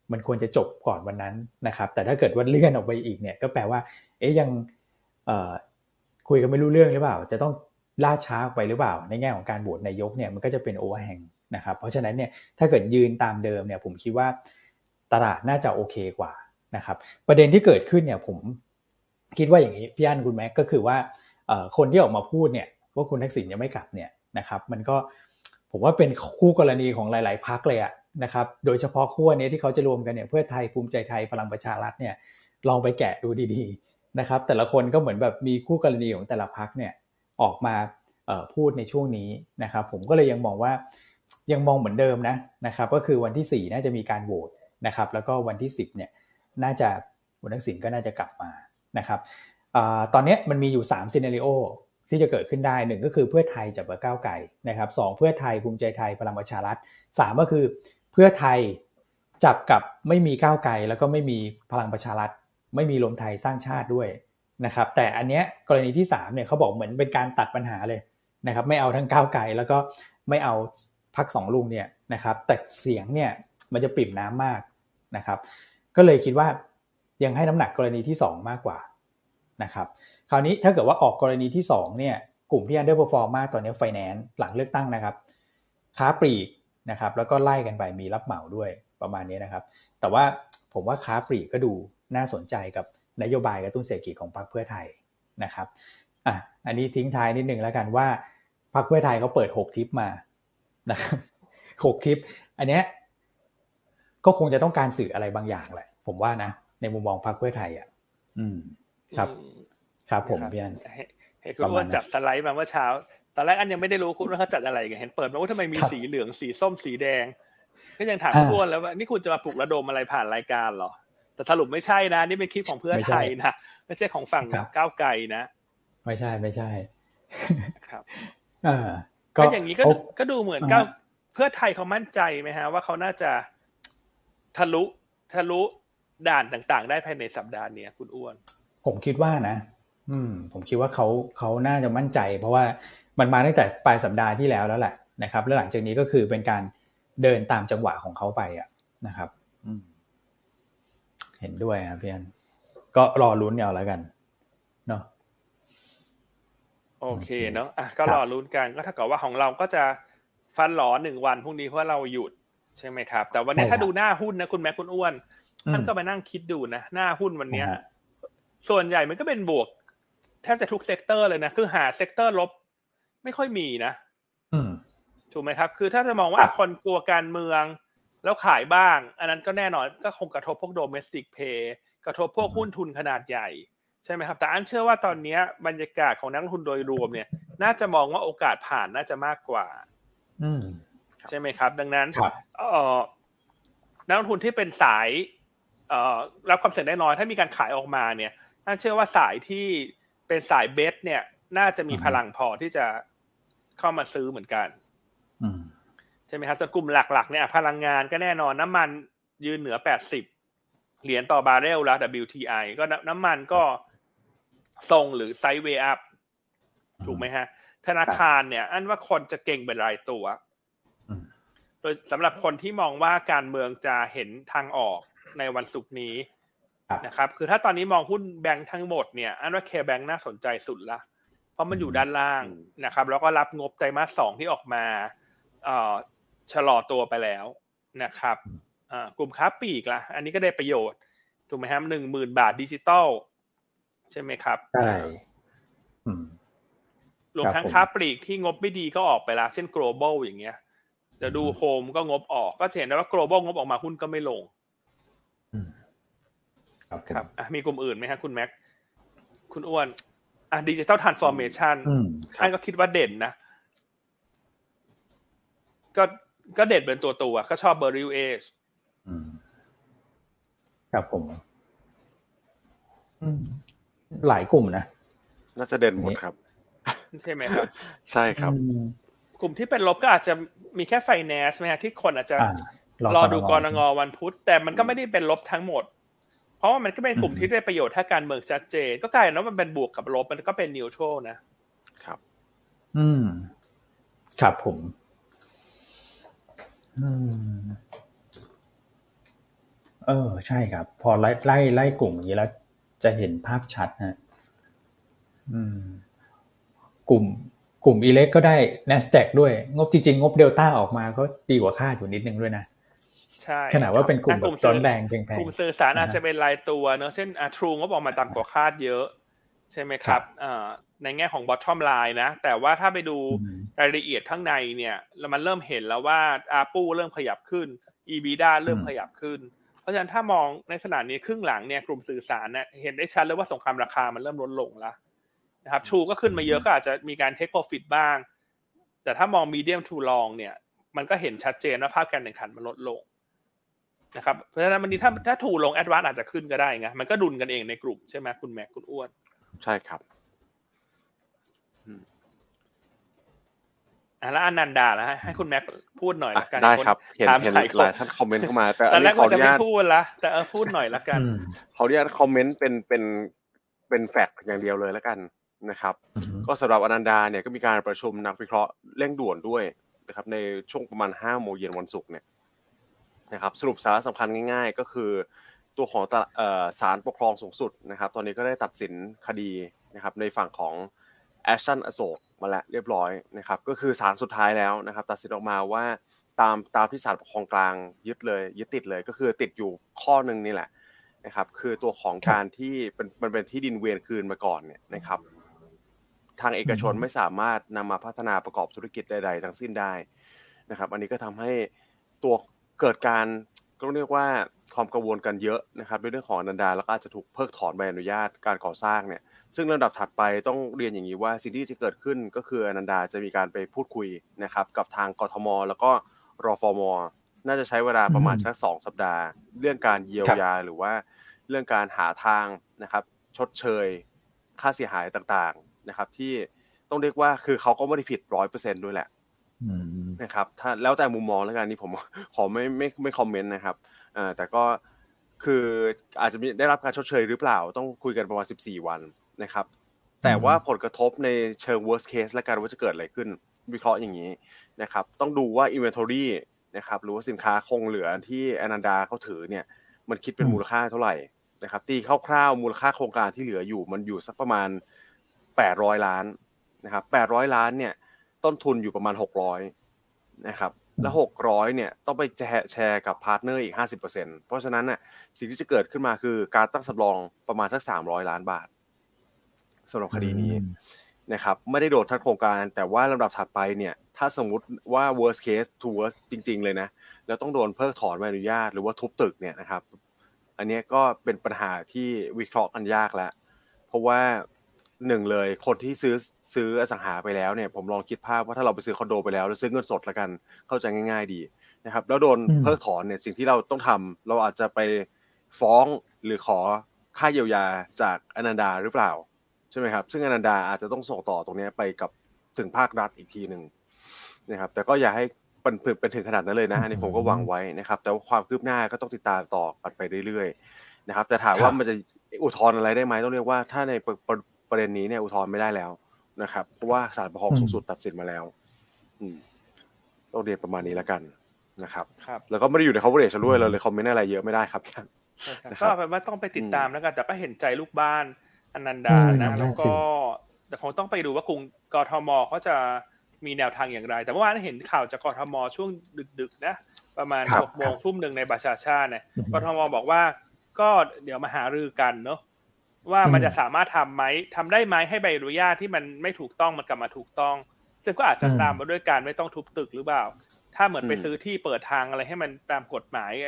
มันควรจะจบก่อนวันนั้นนะครับแต่ถ้าเกิดว่าเลื่อนออกไปอีกเนี่ยก็แปลว่าเอ๊ยยังเอ่อคุยกันไม่รู้เรื่องหรือเปล่าจะต้องล่าช้าไปหรือเปล่าในแง่ของการโหวตนายกเนี่ยมันก็จะเป็นโอเวอร์แฮงนะครับเพราะฉะนั้นเนี่ยถ้าเกิดยืนตามเดิมเนี่ยผมคิดว่าตลาดน่าจะโอเคกว่านะครับประเด็นที่เกิดขึ้นเนี่ยผมคิดว่าอย่างนี้พี่อั้นคุณแม็กก็คือว่าคนที่ออกมาพูดเนี่ยว่าคุณทักษิณยังไม่กลับเนี่ยนะครับมันก็ผมว่าเป็นคู่กรณีของหลายๆพรรคเลยอะนะครับโดยเฉพาะขั้วนี้ที่เขาจะรวมกันเนี่ยเพื่อไทยภูมิใจไทยพลังประชารัฐเนี่ยลองไปแกะดูดีๆนะครับแต่ละคนก็เหมือนแบบมีคู่กรณีของแต่ละพรรคเนี่ยออกมาเอ่อพูดในช่วงนี้นะครับผมก็เลยยังมองว่ายังมองเหมือนเดิมนะนะครับก็คือวันที่สี่น่าจะมีการโหวตนะครับแล้วก็วันที่สิบเนี่ยน่าจะคุณทักษิณก็น่าจะกลับมานะครับอ่าตอนนี้มันมีอยู่สามซีนาริโอที่จะเกิดขึ้นได้หนึ่งก็คือเพื่อไทยจับกับก้าวไกลนะครับสองเพื่อไทยภูมิใจไทยพลังประชารัฐสามก็คือเพื่อไทยจับกับไม่มีก้าวไกลแล้วก็ไม่มีพลังประชารัฐไม่มีรวมไทยสร้างชาติด้วยนะครับแต่อันเนี้ยกรณีที่สามเนี่ยเขาบอกเหมือนเป็นการตัดปัญหาเลยนะครับไม่เอาทั้งก้าวไกลแล้วก็ไม่เอาพรรคสองลุงเนี่ยนะครับแต่เสียงเนี่ยมันจะปริ่มน้ำมากนะครับก็เลยคิดว่ายังให้น้ำหนักกรณีที่สองมากกว่านะครับคราวนี้ถ้าเกิดว่าออกกรณีที่สองเนี่ยกลุ่มที่ underperform มากตอนนี้ finance หลังเลือกตั้งนะครับค้าปลีกนะครับแล้วก็ไล่กันไปมีรับเหมาด้วยประมาณนี้นะครับแต่ว่าผมว่าค้าปลีกก็ดูน่าสนใจกับนโยบายกระตุ้นเศรษฐกิจของพรรคเพื่อไทยนะครับอ่ะอันนี้ทิ้งท้ายนิดนึงแล้วกันว่าพรรคเพื่อไทยเขาเปิดหกคลิปมานะครับหกคลิปอันเนี้ยก็คงจะต้องการสื่ออะไรบางอย่างแหละผมว่านะในมุมมองพรรคเพื่อไทยอ่ะอืมครับครับผมพี่อันเห็นคุณอ้วนจัดสไลด์มาเมื่อเช้าตอนแรกอันยังไม่ได้รู้คุณว่าเขาจัดอะไรกันเห็นเปิดมาว่าทำไมมีสีเหลืองสีส้มสีแดงก็ยังถามคุณอ้วนแล้วว่านี่คุณจะมาปลุกระดมอะไรผ่านรายการเหรอแต่สรุปไม่ใช่นะนี่เป็นคลิปของเพื่อไทยนะไม่ใช่ของฝั่งก้าวไกลนะไม่ใช่ไม่ใช่ครับอ่าก็อย่างนี้ก็ก็ดูเหมือนก้าวเพื่อไทยเขามั่นใจไหมฮะว่าเขาน่าจะทะลุทะลุด่านต่างๆได้ภายในสัปดาห์นี้คุณอ้วนผมคิดว่านะอืมผมคิดว่าเขาเขาน่าจะมั่นใจเพราะว่ามันมาตั้งแต่ปลายสัปดาห์ที่แล้วแล้วแหละนะครับแล้วหลังจากนี้ก็คือเป็นการเดินตามจังหวะของเขาไปอ่ะนะครับอืมเห็นด้วยครับพี่อันก็รอลุ้นเอาแล้วกันเนาะโอเคเนาะอ่ะก็รอลุ้นกันก็ถ้าเกิดว่าของเราก็จะฟันหลอหนึ่งวันพรุ่งนี้เพราะเราหยุดใช่ไหมครับแต่วันนี้ถ้าดูหน้าหุ้นนะคุณแม่คุณอ้วนท่านก็มานั่งคิดดูนะหน้าหุ้นวันนี้ส่วนใหญ่มันก็เป็นบวกแทบจะทุกเซกเตอร์เลยนะคือหาเซกเตอร์ลบไม่ค่อยมีนะถูกไหมครับคือถ้าจะมองว่าคนกลัวการเมืองแล้วขายบ้างอันนั้นก็แน่นอนก็คงกระทบพวก domestic play กระทบพวกหุ้นทุนขนาดใหญ่ใช่ไหมครับแต่อันเชื่อว่าตอนนี้บรรยากาศของนักลงทุนโดยรวมเนี่ยน่าจะมองว่าโอกาสผ่านน่าจะมากกว่าใช่ไหมครับดังนั้นนักลงทุนที่เป็นสายรับความเสี่ยงได้น้อยถ้ามีการขายออกมาเนี่ยน่าเชื่อว่าสายที่เป็นสายเบสเนี่ยน่าจะมีพลังพอที่จะเข้ามาซื้อเหมือนกันใช่ไหมครับส่วนกลุ่มหลักๆเนี่ยพลังงานก็แน่นอนน้ำมันยืนเหนือแปดสิบเหรียญต่อบาร์เรลแล้ว ดับเบิลยู ที ไอ ก็น้ำมันก็ทรงหรือไซด์เวย์อัพถูกไหมฮะธนาคารเนี่ยอันว่าคนจะเก่งเป็นรายตัวโดยสำหรับคนที่มองว่าการเมืองจะเห็นทางออกในวันศุกร์นี้นะครับคือถ้าตอนนี้มองหุ้นแบงค์ทั้งหมดเนี่ยอันว่า K-Bank น่าสนใจสุดละเพราะมันอยู่ด้านล่างนะครับแล้วก็รับงบไตรมาสสองที่ออกมาเอ่อชะลอตัวไปแล้วนะครับอ่ากลุ่มค้าปลีกล่ะอันนี้ก็ได้ประโยชน์ถูกไหมครับ หนึ่งหมื่น บาทดิจิตอลใช่ไหมครับใช่อืมรวมทั้งค้าปลีกที่งบไม่ดีก็ออกไปแล้วเช่น Global อย่างเงี้ยเดี๋ยวดูโฮมก็งบออกก็เห็นได้ว่า Global งบออกมาหุ้นก็ไม่ลงครับครับอ่ะมีกลุ่มอื่นไหมฮะคุณแม็กคุณอ้วนอ่ะ Digital Transformation ท่านก็คิดว่าเด่นนะก็ก็เด่นเป็นตัวตัวก็ชอบ Beryl Age อืมครับผมอืมหลายกลุ่มนะน่าจะเด่นหมดครับใช่ไหมครับใช่ครับกลุ่มที่เป็นลบก็อาจจะมีแค่ Finance มั้ยฮะที่คนอาจจะรอดูกนงวันพุธแต่มันก็ไม่ได้เป็นลบทั้งหมดเพราะว่ามันก็เป็นกลุ่มที่ได้ประโยชน์ถ้าการเมืองชัดเจนก็กลายเป็นว่ามันเป็นบวกกับลบมันก็เป็นนิวทรัลนะครับอืมครับผมอืมเออใช่ครับพอไล่ไล่ไล่กลุ่มอย่างนี้แล้วจะเห็นภาพชัดนะอืมกลุ่มกลุ่ม Elect ก็ได้ Nasdaq ด้วยงบจริงๆงบ Delta ออกมาก็ดีกว่าคาดอยู่นิดนึงด้วยนะใช่ขนาดว่าเป็นกลุ่มแบบร้อนแรงแพงๆกลุ่มสื่อสารอาจจะเป็นรายตัวเนอะเช่นอ่ะ True ก็บอกมาต่ำกว่าคาดเยอะใช่ไหมครับอ่าในแง่ของ bottom line นะแต่ว่าถ้าไปดูรายละเอียดข้างในเนี่ยมันเริ่มเห็นแล้วว่า อาร์ พี ยู เริ่มขยับขึ้น อี บี ดี เอ เริ่มขยับขึ้นเพราะฉะนั้นถ้ามองในขณะนี้ครึ่งหลังเนี่ยกลุ่มสื่อสารเนี่ยเห็นได้ชัดเลยว่าสงครามราคามันเริ่มลดลงแล้วนะครับ True ก็ขึ้นมาเยอะก็อาจจะมีการ take profit บ้างแต่ถ้ามอง medium to long เนี่ยมันก็เห็นชัดเจนว่าภาพการแข่งขันมันลดลงนะครับเพราะฉะนั้นวันนี้ถ้าถ้าถูลงแอดวานซ์อาจจะขึ้นก็ได้ไงมันก็ดุลกันเองในกลุ่มใช่ไหมคุณแม็กคุณอ้วนใช่ครับอ่ะแล้วอนันดาแล้วให้คุณแม็กพูดหน่อยละกันได้ครับเห็นเห็นหลายท่านคอมเมนต์เข้ามาแต่ตอนแรกว่าจะไม่พูดละแต่เออพูดหน่อยละกันขออนุญาตคอมเมนต์เป็นเป็นเป็นแฟกต์อย่างเดียวเลยละกันนะครับก็สำหรับอนันดาเนี่ยก็มีการประชุมนักวิเคราะห์เร่งด่วนด้วยนะครับในช่วงประมาณห้าโมงเย็นวันศุกร์เนี่ยนะครับสรุปสาระสำคัญง่ายๆก็คือตัวของศาลปกครองสูงสุดนะครับตอนนี้ก็ได้ตัดสินคดีนะครับในฝั่งของแอชชันอโศกมาแล้วเรียบร้อยนะครับก็คือศาลสุดท้ายแล้วนะครับตัดสินออกมาว่าตามตามที่ศาลปกครองกลางยึดเลยยึดติดเลยก็คือติดอยู่ข้อนึงนี่แหละนะครับคือตัวของการที่เป็นมันเป็นที่ดินเวียนคืนมาก่อนเนี่ยนะครับทางเอกชนไม่สามารถนำมาพัฒนาประกอบธุรกิจใดๆทั้งสิ้นได้นะครับอันนี้ก็ทำให้ตัวเกิดการก็เรียกว่าความกังวลกันเยอะนะครับในเรื่องของอนันดาแล้วก็อาจจะถูกเพิกถอนใบอนุญาตการก่อสร้างเนี่ยซึ่งลำดับถัดไปต้องเรียนอย่างนี้ว่าสิ่งที่จะเกิดขึ้นก็คืออนันดาจะมีการไปพูดคุยนะครับกับทางกทมแล้วก็รฟม.น่าจะใช้เวลาประมาณสักสองสัปดาห์เรื่องการเยียวยาหรือว่าเรื่องการหาทางนะครับชดเชยค่าเสียหายต่างๆนะครับที่ต้องเรียกว่าคือเขาก็ไม่ได้ผิด ร้อยเปอร์เซ็นต์ ด้วยแหละนะครับถ้าแล้วแต่มุมมองแล้วกันนี่ผมขอไม่ไม่ไม่คอมเมนต์นะครับอ่าแต่ก็คืออาจจะได้รับการชดเชยหรือเปล่าต้องคุยกันประมาณสิบสี่วันนะครับแต่ว่าผลกระทบในเชิง worst case และกันว่าจะเกิดอะไรขึ้นวิเคราะห์อย่างนี้นะครับต้องดูว่า inventory นะครับหรือว่าสินค้าคงเหลือที่อนันดาเขาถือเนี่ยมันคิดเป็นมูลค่าเท่าไหร่นะครับตีคร่าวๆมูลค่าโครงการที่เหลืออยู่มันอยู่สักประมาณแปดร้อยล้านนะครับแปดร้อยล้านเนี่ยต้นทุนอยู่ประมาณหกร้อยนะครับแล้วหกร้อยเนี่ยต้องไปแชร์กับพาร์ทเนอร์อีก ห้าสิบเปอร์เซ็นต์ เพราะฉะนั้นน่ะสิ่งที่จะเกิดขึ้นมาคือการตั้งสำรองประมาณสักสามร้อยล้านบาทสำหรับคดีนี้นะครับไม่ได้โดนทั้งโครงการแต่ว่าลำดับถัดไปเนี่ยถ้าสมมุติว่า worst case to worst จริงๆเลยนะแล้วต้องโดนเพิกถอนใบอนุญาตหรือว่าทุบตึกเนี่ยนะครับอันนี้ก็เป็นปัญหาที่วิเคราะห์กันยากแล้วเพราะว่าหนึ่งเลยคนที่ซื้อซื้ออสังหาไปแล้วเนี่ยผมลองคิดภาพว่าถ้าเราไปซื้อคอนโดไปแล้วแล้วซื้อเงินสดละกันเข้าใจง่ายๆดีนะครับแล้วโดนเพิกถอนเนี่ยสิ่งที่เราต้องทำเราอาจจะไปฟ้องหรือขอค่าเยียวยาจากอนันดาหรือเปล่าใช่ไหมครับซึ่งอนันดาอาจจะต้องส่งต่อตรงนี้ไปกับถึงภาครัฐอีกทีหนึ่งนะครับแต่ก็อย่าให้เป็นเป็นถึงขนาดนั้นเลยนะอันนี้ผมก็หวังไว้นะครับแต่ว่าความคืบหน้าก็ต้องติดตามต่อกันไปเรื่อยๆนะครับแต่ถามว่ามันจะอุทธรณ์อะไรได้ไหมต้องเรียกว่าถ้าในประเด็นนี้เนี่ยอุทธรณ์ไม่ได้แล้วนะครับเพราะว่าศาลปกครองสูงสุดตัดสินมาแล้วต้องเรียนประมาณนี้แล้วกันนะครับแล้วก็ไม่ได้อยู่ใน coverage ด้วยเราเลยคอมเมนต์อะไรเยอะไม่ได้ครับก็แปลว่าต้องไปติดตามแล้วกันแต่ก็เห็นใจลูกบ้านอนันดานะแล้วก็แต่คงต้องไปดูว่ากรุงกทมเขาจะมีแนวทางอย่างไรแต่เมื่อวานเห็นข่าวจากกทมช่วงดึกๆนะประมาณหกโมงทุ่มหนึ่งในประชาชาติเนี่ยกทมบอกว่าก็เดี๋ยวมาหารือกันเนาะว่ามันจะสามารถทำไหมทำได้ไหมให้ใบอนุญาตที่มันไม่ถูกต้องมันกลับมาถูกต้องซึ่งก็อาจจะตามมาด้วยการไม่ต้องทุบตึกหรือเปล่าถ้าเหมือนไปซื้อที่เปิดทางอะไรให้มันตามกฎหมาย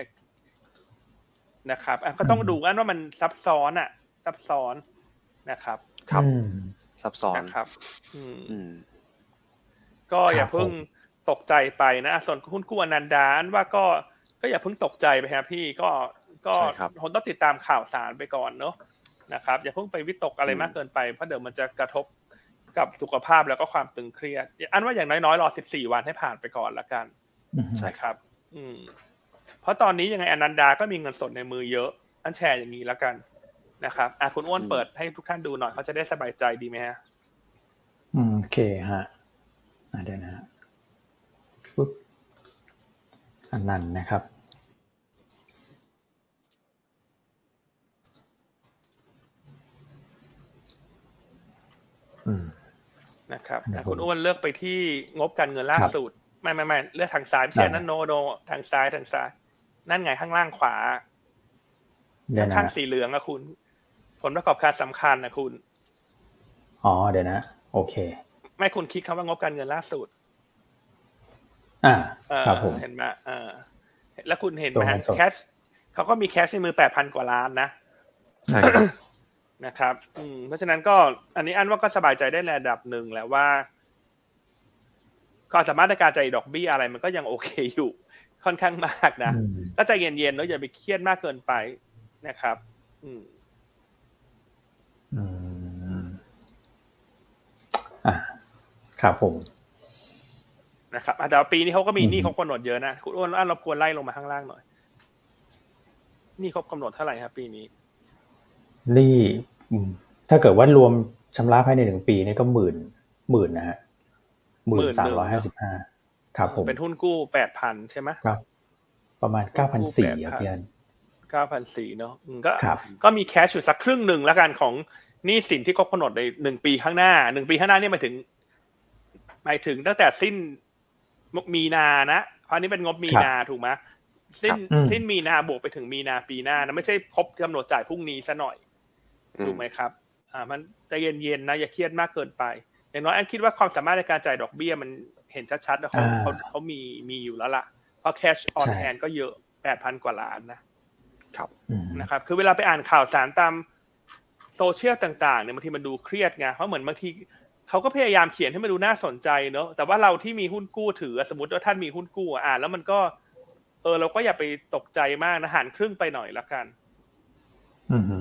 นะครับก็ต้องดูกันว่ามันซับซ้อนอ่ะซับซ้อนนะครับครับซับซ้อนนะครับอืมก็อย่าเพิ่งตกใจไปนะส่วนคุณกู้อนันดาอันว่าก็ก็อย่าเพิ่งตกใจไปครับพี่ก็ก็คนต้องติดตามข่าวสารไปก่อนเนาะนะครับอย่าเพิ่งไปวิตกอะไรมากเกินไปเพราะเดี๋ยวมันจะกระทบกับสุขภาพแล้วก็ความตึงเครียดอันว่าอย่างน้อยๆรอสิบสี่วันให้ผ่านไปก่อนละกันใช่ครับอืมเพราะตอนนี้ยังไงอนันดาก็มีเงินสดในมือเยอะอันแชร์อย่างนี้ละกันนะครับอ่ะคุณอ้วนเปิดให้ทุกท่านดูหน่อยเขาจะได้สบายใจดีไหมฮะอืมโอเคฮะอ่ะเดี๋ยวนะปุ๊บอันนั้นนะครับนะครับคุณอ้วนเลือกไปที่งบการเงินล่าสุดไม่ไม่ไม่เลือกทางซ้ายไม่ใช่นั่นโนโนทางซ้ายทางซ้ายนั่นไงข้างล่างขวาข้างสีเหลืองอะคุณผลประกอบการสำคัญนะคุณอ๋อเดี๋ยวนะโอเคไม่คุณคลิกคำว่างบการเงินล่าสุดอ่าครับผมเห็นไหมเออแล้วคุณเห็นไหมแคชเขาก็มีแคชในมือ แปดพัน กว่าล้านนะใช่นะครับอืมเพราะฉะนั้นก็อันนี้อันว่าก็สบายใจได้ระดับหนึ่งแล้วว่าความสามารถในการจ่ายดอกเบี้ยอะไรมันก็ยังโอเคอยู่ค่อนข้างมากนะก็ใจเย็นๆเนาะอย่าไปเครียดมากเกินไปนะครับอืมอืมอ่ะครับผมนะครับแต่ว่าปีนี้เขาก็มีหนี้ครบกำหนดเยอะนะคุณอ้วนอันรบกวนไล่ลงมาข้างล่างหน่อยหนี้ครบกำหนดเท่าไหร่ครับปีนี้หนี้ถ้าเกิดว่ารวมชำระภายในหนึ่งปีนี่ก็หมื่นหมื่นนะฮะหมื่นสามร้อยห้าสิบห้าครับผมเป็นหุ้นกู้ แปดพัน ใช่ไหมครับประมาณ เก้าพันสี่ร้อย ครับพี่อันเก้าพันสี่ร้อย เนาะก็ก็มีแคชอยู่สักครึ่งหนึ่งแล้วกันของหนี้สินที่ครบกำหนดในหนึ่งปีข้างหน้าหนึ่งปีข้างหน้านี่หมายถึงหมายถึงตั้งแต่สิ้นมีนานะเพราะนี้เป็นงบมีนาถูกไหมสิ้นสิ้นมีนาบวกไปถึงมีนาปีหน้านะไม่ใช่ครบกำหนดจ่ายพรุ่งนี้ซะหน่อยถูกไหมครับอ่ามันใจเย็นๆนะอย่าเครียดมากเกินไปอย่างน้อยอันคิดว่าความสามารถในการจ่ายดอกเบี้ยมันเห็นชัดๆแล้วเขาเขาเขามีมีอยู่แล้วล่ะเพราะ cash on hand ก็เยอะ แปดพัน กว่าล้านนะครับนะครับคือเวลาไปอ่านข่าวสารตามโซเชียลต่างๆเนี่ยบางทีมันดูเครียดไงเพราะเหมือนบางทีเขาก็พยายามเขียนให้มันดูน่าสนใจเนอะแต่ว่าเราที่มีหุ้นกู้ถือสมมติว่าท่านมีหุ้นกู้อ่านแล้วมันก็เออเราก็อย่าไปตกใจมากนะหันครึ่งไปหน่อยละกันอือฮึ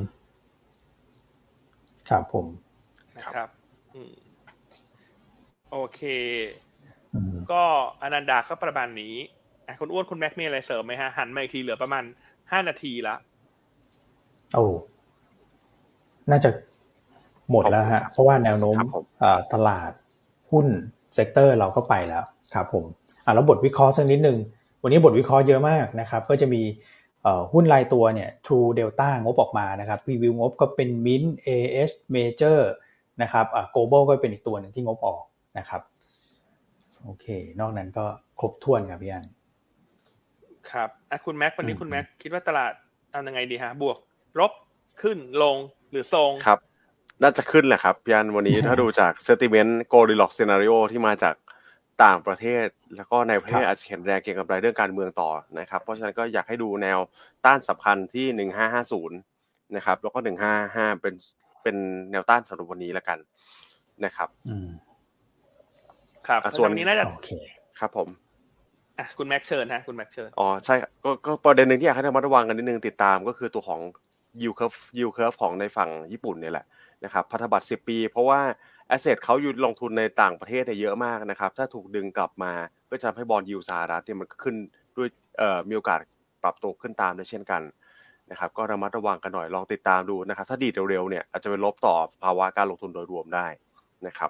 ครับผมนะครับอืมโอเคก็อนันดาก็ประมาณนี้อ่ะคุณอ้วนคุณแม็กมีอะไรเสริมไหมฮะหันมาอีกทีเหลือประมาณห้านาทีละโอ้น่าจะหมดแล้วฮะเพราะว่าแนวโน้มตลาดหุ้นเซกเตอร์เราก็ไปแล้วครับผมอ่ะแล้วบทวิเคราะห์สักนิดนึงวันนี้บทวิเคราะห์เยอะมากนะครับก็จะมีหุ้นรายตัวเนี่ย True Delta งบออกมานะครับรีวิวงบก็เป็น Mint เอ เอช Major นะครับอ่า Global ก็เป็นอีกตัวหนึ่งที่งบออกนะครับโอเคนอกนั้นก็ครบถ้วนครับพี่อันครับอ่ะคุณแม็กวันนี้คุณแม็กคิดว่าตลาดเอายังไงดีฮะบวกลบขึ้นลงหรือทรงครับน่าจะขึ้นแหละครับพี่อันวันนี้ ถ้าดูจาก sentiment Goldilocks scenario ที่มาจากต่างประเทศแล้วก็ในประเทศอาจจะเห็นแรงเก็งกำไรเรื่องการเมืองต่อนะครับเพราะฉะนั้นก็อยากให้ดูแนวต้านสำคัญที่หนึ่งพันห้าร้อยห้าสิบนะครับแล้วก็หนึ่งพันห้าร้อยห้าสิบเป็นเป็นแนวต้านสำหรับวันนี้ละกันนะครับอืมครับส่วนนี้น่าจะโอเคครับผมอ่ะคุณแม็กเชิญฮะคุณแม็กเชิญอ๋อใช่ก็ก็ประเด็นนึงที่อยากให้ระมัดระวังกันนิดนึงติดตามก็คือตัวของ yield curve yield curve ของในฝั่งญี่ปุ่นเนี่ยแหละนะครับพันธบัตรสิบปีเพราะว่าแอสเซทเขาอยู่ลงทุนในต่างประเทศเยอะมากนะครับถ้าถูกดึงกลับมาก็จะทำให้บอนด์ยิลด์สหรัฐเนี่ยมันขึ้นด้วยเอ่อมีโอกาสปรับตัวขึ้นตามด้วยเช่นกันนะครับก็ระมัดระวังกันหน่อยลองติดตามดูนะครับถ้าดีดเร็วๆเนี่ยอาจจะเป็นลบต่อภาวะการลงทุนโดยรวมได้นะครับ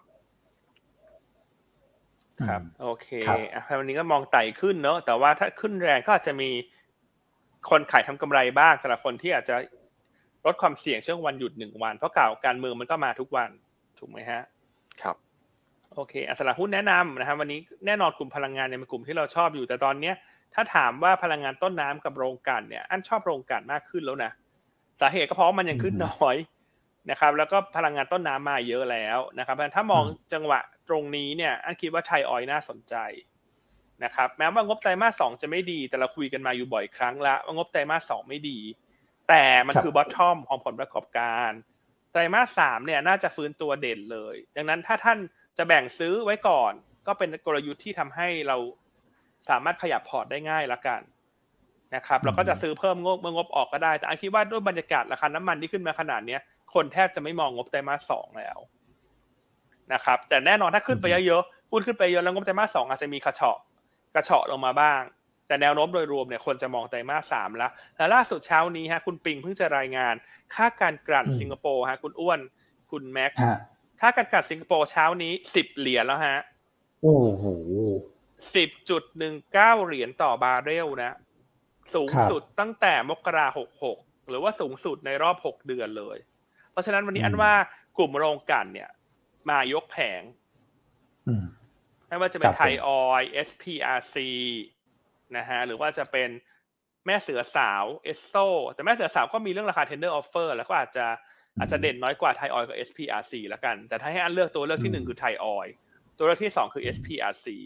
ครับโอเคอ่ะวันนี้ก็มองไต่ขึ้นเนอะแต่ว่าถ้าขึ้นแรงก็อาจจะมีคนขายทำกำไรบ้างแต่ละคนที่อาจจะลดความเสี่ยงช่วงวันหยุดหนึ่งวันเพราะข่าวการเมืองมันก็มาทุกวันถูกไหมฮะครับโอเคอ่ะสำหรับหุ้นแนะนำนะครับวันนี้แน่นอนกลุ่มพลังงานเนี่ยเป็นกลุ่มที่เราชอบอยู่แต่ตอนเนี้ยถ้าถามว่าพลังงานต้นน้ำกับโรงกลั่นเนี่ยอันชอบโรงกลั่นมากขึ้นแล้วนะสาเหตุก็เพราะมันยังขึ้นน้อยนะครับแล้วก็พลังงานต้นน้ำมาเยอะแล้วนะครับถ้ามองจังหวะตรงนี้เนี่ยอันคิดว่าไทยออยล์น่าสนใจนะครับแม้ว่างบไตรมาสสองจะไม่ดีแต่เราคุยกันมาอยู่บ่อยครั้งละว่างบไตรมาสสองไม่ดีแต่มันคือบอททอมของผลประกอบการไตรมาสสามเนี่ยน่าจะฟื้นตัวเด่นเลยดังนั้นถ้าท่านจะแบ่งซื้อไว้ก่อนก็เป็นกลยุทธ์ที่ทำให้เราสามารถขยับพอร์ตได้ง่ายละกันนะครับเราก็จะซื้อเพิ่มงบเมื่องบออกก็ได้แต่อันคิดว่าด้วยบรรยากาศราคาน้ำมันที่ขึ้นมาขนาดนี้คนแทบจะไม่มองงบไตรมาสสองแล้วนะครับแต่แน่นอนถ้าขึ้นไปเยอะๆหุ้นขึ้นไปเยอะแล้วงบไตรมาสสองอาจจะมีกระเฉาะกระเฉาะลงมาบ้างแต่แนวโน้มโดยรวมเนี่ยคนจะมองไตรมาสสามแล้วและล่าสุดเช้านี้ฮะคุณปิงเพิ่งจะรายงานค่าการกลั่นสิงคโปร์ฮะคุณอ้วนคุณแม็กค่าการกลั่นสิงคโปร์เช้านี้สิบเหรียญแล้วฮะโอ้โหสิบจุดหนึ่งเก้า เหรียญต่อบาร์เรลนะสูงสุดตั้งแต่มกราคมหกสิบหกหรือว่าสูงสุดในรอบหกเดือนเลยเพราะฉะนั้นวันนี้อันว่ากลุ่มโรงกลั่นเนี่ยมายกแผงไม่ว่าจะเป็นไทยออยล์ เอส พี อาร์ ซี นะฮะหรือว่าจะเป็นแม่เสือสาวเอสโซแต่แม่เสือสาวก็มีเรื่องราคา tender offer แล้วก็อาจจะอาจจะเด่นน้อยกว่าไทยออยล์กับ เอส พี อาร์ ซี ละกันแต่ถ้าให้อันเลือกตัวเลือกที่หนึ่งคือไทยออยล์ตัวเลือกที่สองคือ เอส พี อาร์ ซี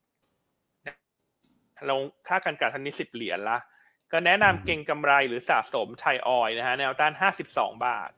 ลงค่ากันกลั่นทันนี้สิบเหรียญละก็แนะนำเก็งกำไรหรือสะสมไทยออยล์นะฮะแนวต้านห้าสิบสองบาท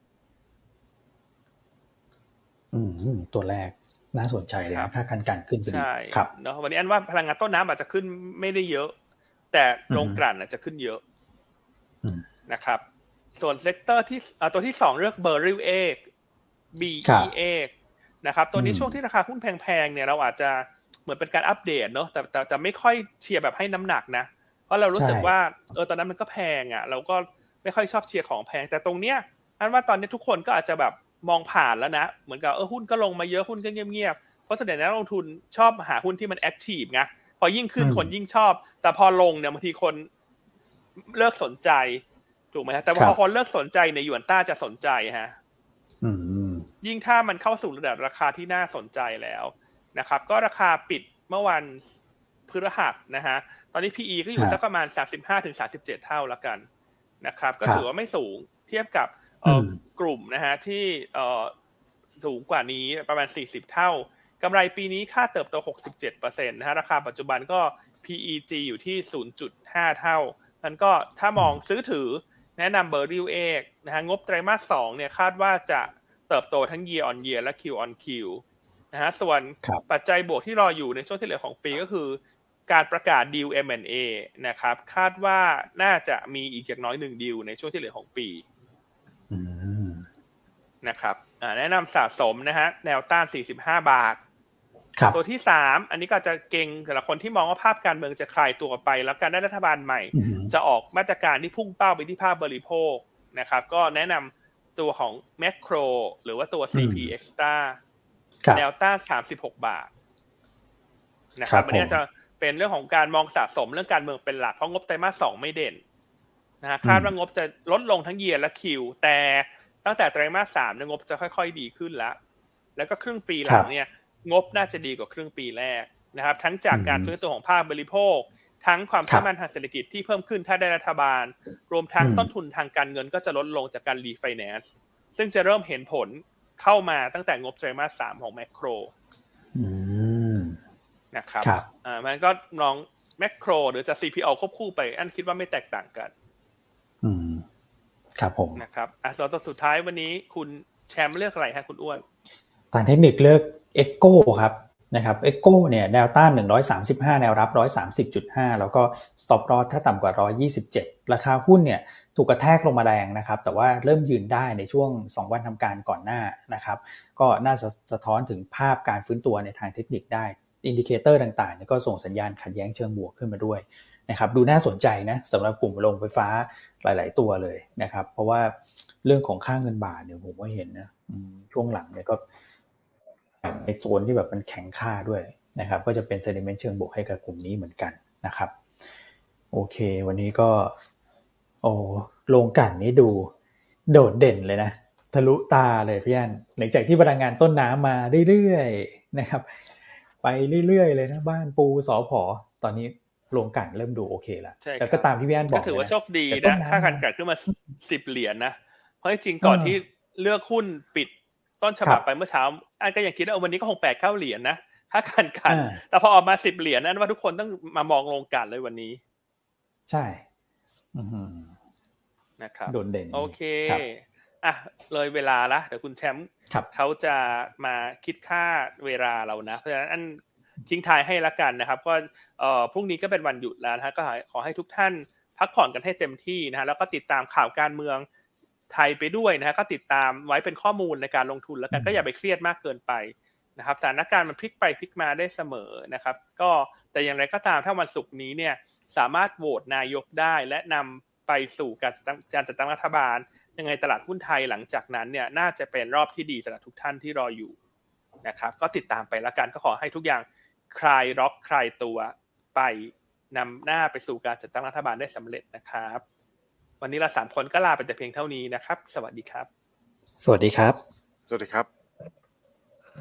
อืมตัวแรกน่าสนใจเลยนะค่ากันกลั่นขึ้นไปดีครับเนาะวันนี้อันว่าพลังงานต้นน้ำอาจจะขึ้นไม่ได้เยอะแต่โรงกลั่นอาจจะขึ้นเยอะนะครับส่วนเซกเตอร์ที่ตัวที่สองเลือกเบอร์ริลเอก บี อี เอ นะครับตัวนี้ช่วงที่ราคาหุ้นแพงๆเนี่ยเราอาจจะเหมือนเป็นการอัปเดตเนาะแต่แต่แต่ไม่ค่อยเชียร์แบบให้น้ำหนักนะเพราะเรารู้สึกว่าเออตอนนั้นมันก็แพงอ่ะเราก็ไม่ค่อยชอบเชียร์ของแพงแต่ตรงเนี้ยอันว่าตอนนี้ทุกคนก็อาจจะแบบมองผ่านแล้วนะเหมือนกับเออหุ้นก็ลงมาเยอะหุ้นก็เงียบๆเพราะแสดงว่านักลงทุนชอบหาหุ้นที่มันแอคทีฟไงพอยิ่งขึ้นคนยิ่งชอบแต่พอลงเนี่ยบางทีคนเลิกสนใจถูกไหมฮะแต่พอคนเลิกสนใจในหยวนต้าจะสนใจฮะยิ่งถ้ามันเข้าสู่ระดับราคาที่น่าสนใจแล้วนะครับก็ราคาปิดเมื่อวันพฤหัสนะฮะตอนนี้ พี อี ก็อยู่สักประมาณ สามสิบห้าถึงสามสิบเจ็ด เท่าแล้วกันนะครับก็ถือว่าไม่สูงเทียบกับกลุ่มนะฮะที่สูงกว่านี้ประมาณสี่สิบเท่ากำไรปีนี้ค่าเติบโต หกสิบเจ็ดเปอร์เซ็นต์ นะฮะราคาปัจจุบันก็ พี อี จี อยู่ที่ ศูนย์จุดห้า เท่านั้นก็ถ้ามองซื้อถือแนะนำเบอร์ริลเอกนะฮะงบไตรมาสสองเนี่ยคาดว่าจะเติบโตทั้ง year on year และ Q on Q นะฮะส่วนปัจจัยบวกที่รออยู่ในช่วงที่เหลือของปีก็คือการประกาศดีล เอ็ม แอนด์ เอ นะครับคาดว่าน่าจะมีอีกอย่างน้อยหนึ่งดีลในช่วงที่เหลือของปีนะครับแนะนำสะสมนะฮะแนวต้านสี่สิบห้าบาทตัวที่สามอันนี้ก็จะเก่งสำหรับคนที่มองว่าภาพการเมืองจะคลายตัวไปแล้วการได้รัฐบาลใหม่จะออกมาตรการที่พุ่งเป้าไปที่ภาคบริโภคนะครับก็แนะนำตัวของ Macro หรือว่าตัว ซี พี Extra แนวต้านสามสิบหกบาทนะครับอันนี้จะเป็นเรื่องของการมองสะสมเรื่องการเมืองเป็นหลักเพราะงบไตรมาสสองไม่เด่นนะฮะคาดว่างบจะลดลงทั้ง year และ Q แต่ตั้งแต่ไตรมาสสามเนี่ยงบจะค่อยๆดีขึ้นแล้วแล้วก็ครึ่งปีหลังเนี่ยงบน่าจะดีกว่าครึ่งปีแรกนะครับทั้งจากการฟื้นตัวของภาคบริโภคทั้งความเชื่อมั่นทางเศรษฐกิจที่เพิ่มขึ้นถ้าได้รัฐบาลรวมทั้งต้นทุนทางการเงินก็จะลดลงจากการรีไฟแนนซ์ซึ่งจะเริ่มเห็นผลเข้ามาตั้งแต่งบไตรมาสสามของแมคโครนะครับอ่ามันก็ลองแมคโครหรือจะ ซี พี โอ ควบคู่ไปอันคิดว่าไม่แตกต่างกันอืมครับผมนะครับอ่ะส่วนสุดท้ายวันนี้คุณแชมป์เลือกอะไรฮะคุณอ้วนทางเทคนิคเลือก Echo ครับนะครับ Echo เนี่ยแนวต้านหนึ่งร้อยสามสิบห้าแนวรับ หนึ่งร้อยสามสิบจุดห้า แล้วก็ Stop Loss ถ้าต่ำกว่าหนึ่งร้อยยี่สิบเจ็ดราคาหุ้นเนี่ยถูกกระแทกลงมาแรงนะครับแต่ว่าเริ่มยืนได้ในช่วงสองวันทำการก่อนหน้านะครับก็น่าจะสะท้อนถึงภาพการฟื้นตัวในทางเทคนิคได้อินดิเคเตอร์ต่างๆก็ส่งสัญญาณขัดแย้งเชิงบวกขึ้นมาด้วยนะครับดูน่าสนใจนะสำหรับกลุ่มโรงไฟฟ้าหลายๆตัวเลยนะครับเพราะว่าเรื่องของค่าเงินบาทเนี่ยผมก็เห็นนะช่วงหลังเนี่ยก็ในโซนที่แบบมันแข็งค่าด้วยนะครับก็จะเป็นเซนติเมนต์เชิงบวกให้กับกลุ่มนี้เหมือนกันนะครับโอเควันนี้ก็โอ้โรงกลั่นนี้ดูโดดเด่นเลยนะทะลุตาเลยพี่อันหลังจากที่พลังงานต้นน้ำมาเรื่อยๆนะครับไปเรื่อยๆเลยนะบ้านปูสผตอนนี้โรงกลั่นเริ่มดูโอเคแล้วแต่ก็ตามที่พี่อันบอกก็ถือว่าโชคดีนะค่าการกลั่นขึ้นมาสิบเหรียญนะเพราะจริงๆก่อนที่เลือกหุ้นปิดต้นฉบับไปเมื่อเช้าอันก็ยังคิดว่าวันนี้ก็คงแปด เก้าเหรียญนะค่าการกลั่นแต่พอออกมาสิบเหรียญนั่นว่าทุกคนต้องมามองโรงกลั่นเลยวันนี้ใช่นะครับโดดเด่นโอเคอ่ะเลยเวลาละเดี๋ยวคุณแชมป์เขาจะมาคิดค่าเวลาเรานะเพราะฉะนั้นอันทิ้งท้ายให้ละกันนะครับก็เอ่อพรุ่งนี้ก็เป็นวันหยุดแล้วนะฮะก็ขอให้ทุกท่านพักผ่อนกันให้เต็มที่นะฮะแล้วก็ติดตามข่าวการเมืองไทยไปด้วยนะฮะก็ติดตามไว้เป็นข้อมูลในการลงทุนแล้วกันก็อย่าไปเครียดมากเกินไปนะครับสถานการณ์มันพลิกไปพลิกมาได้เสมอนะครับก็แต่อย่างไรก็ตามถ้าวันศุกร์นี้เนี่ยสามารถโหวตนายกได้และนำไปสู่การการจัดตั้งรัฐบาลยังไงตลาดหุ้นไทยหลังจากนั้นเนี่ยน่าจะเป็นรอบที่ดีสำหรับทุกท่านที่รออยู่นะครับก็ติดตามไปแล้วกันก็ขอให้ทุกอย่างคลายล็อกคลายตัวไปนำหน้าไปสู่การจัดตั้งรัฐบาลได้สำเร็จนะครับวันนี้เราสามคนก็ลาไปแต่เพียงเท่านี้นะครับสวัสดีครับสวัสดีครับสวัสดีครับ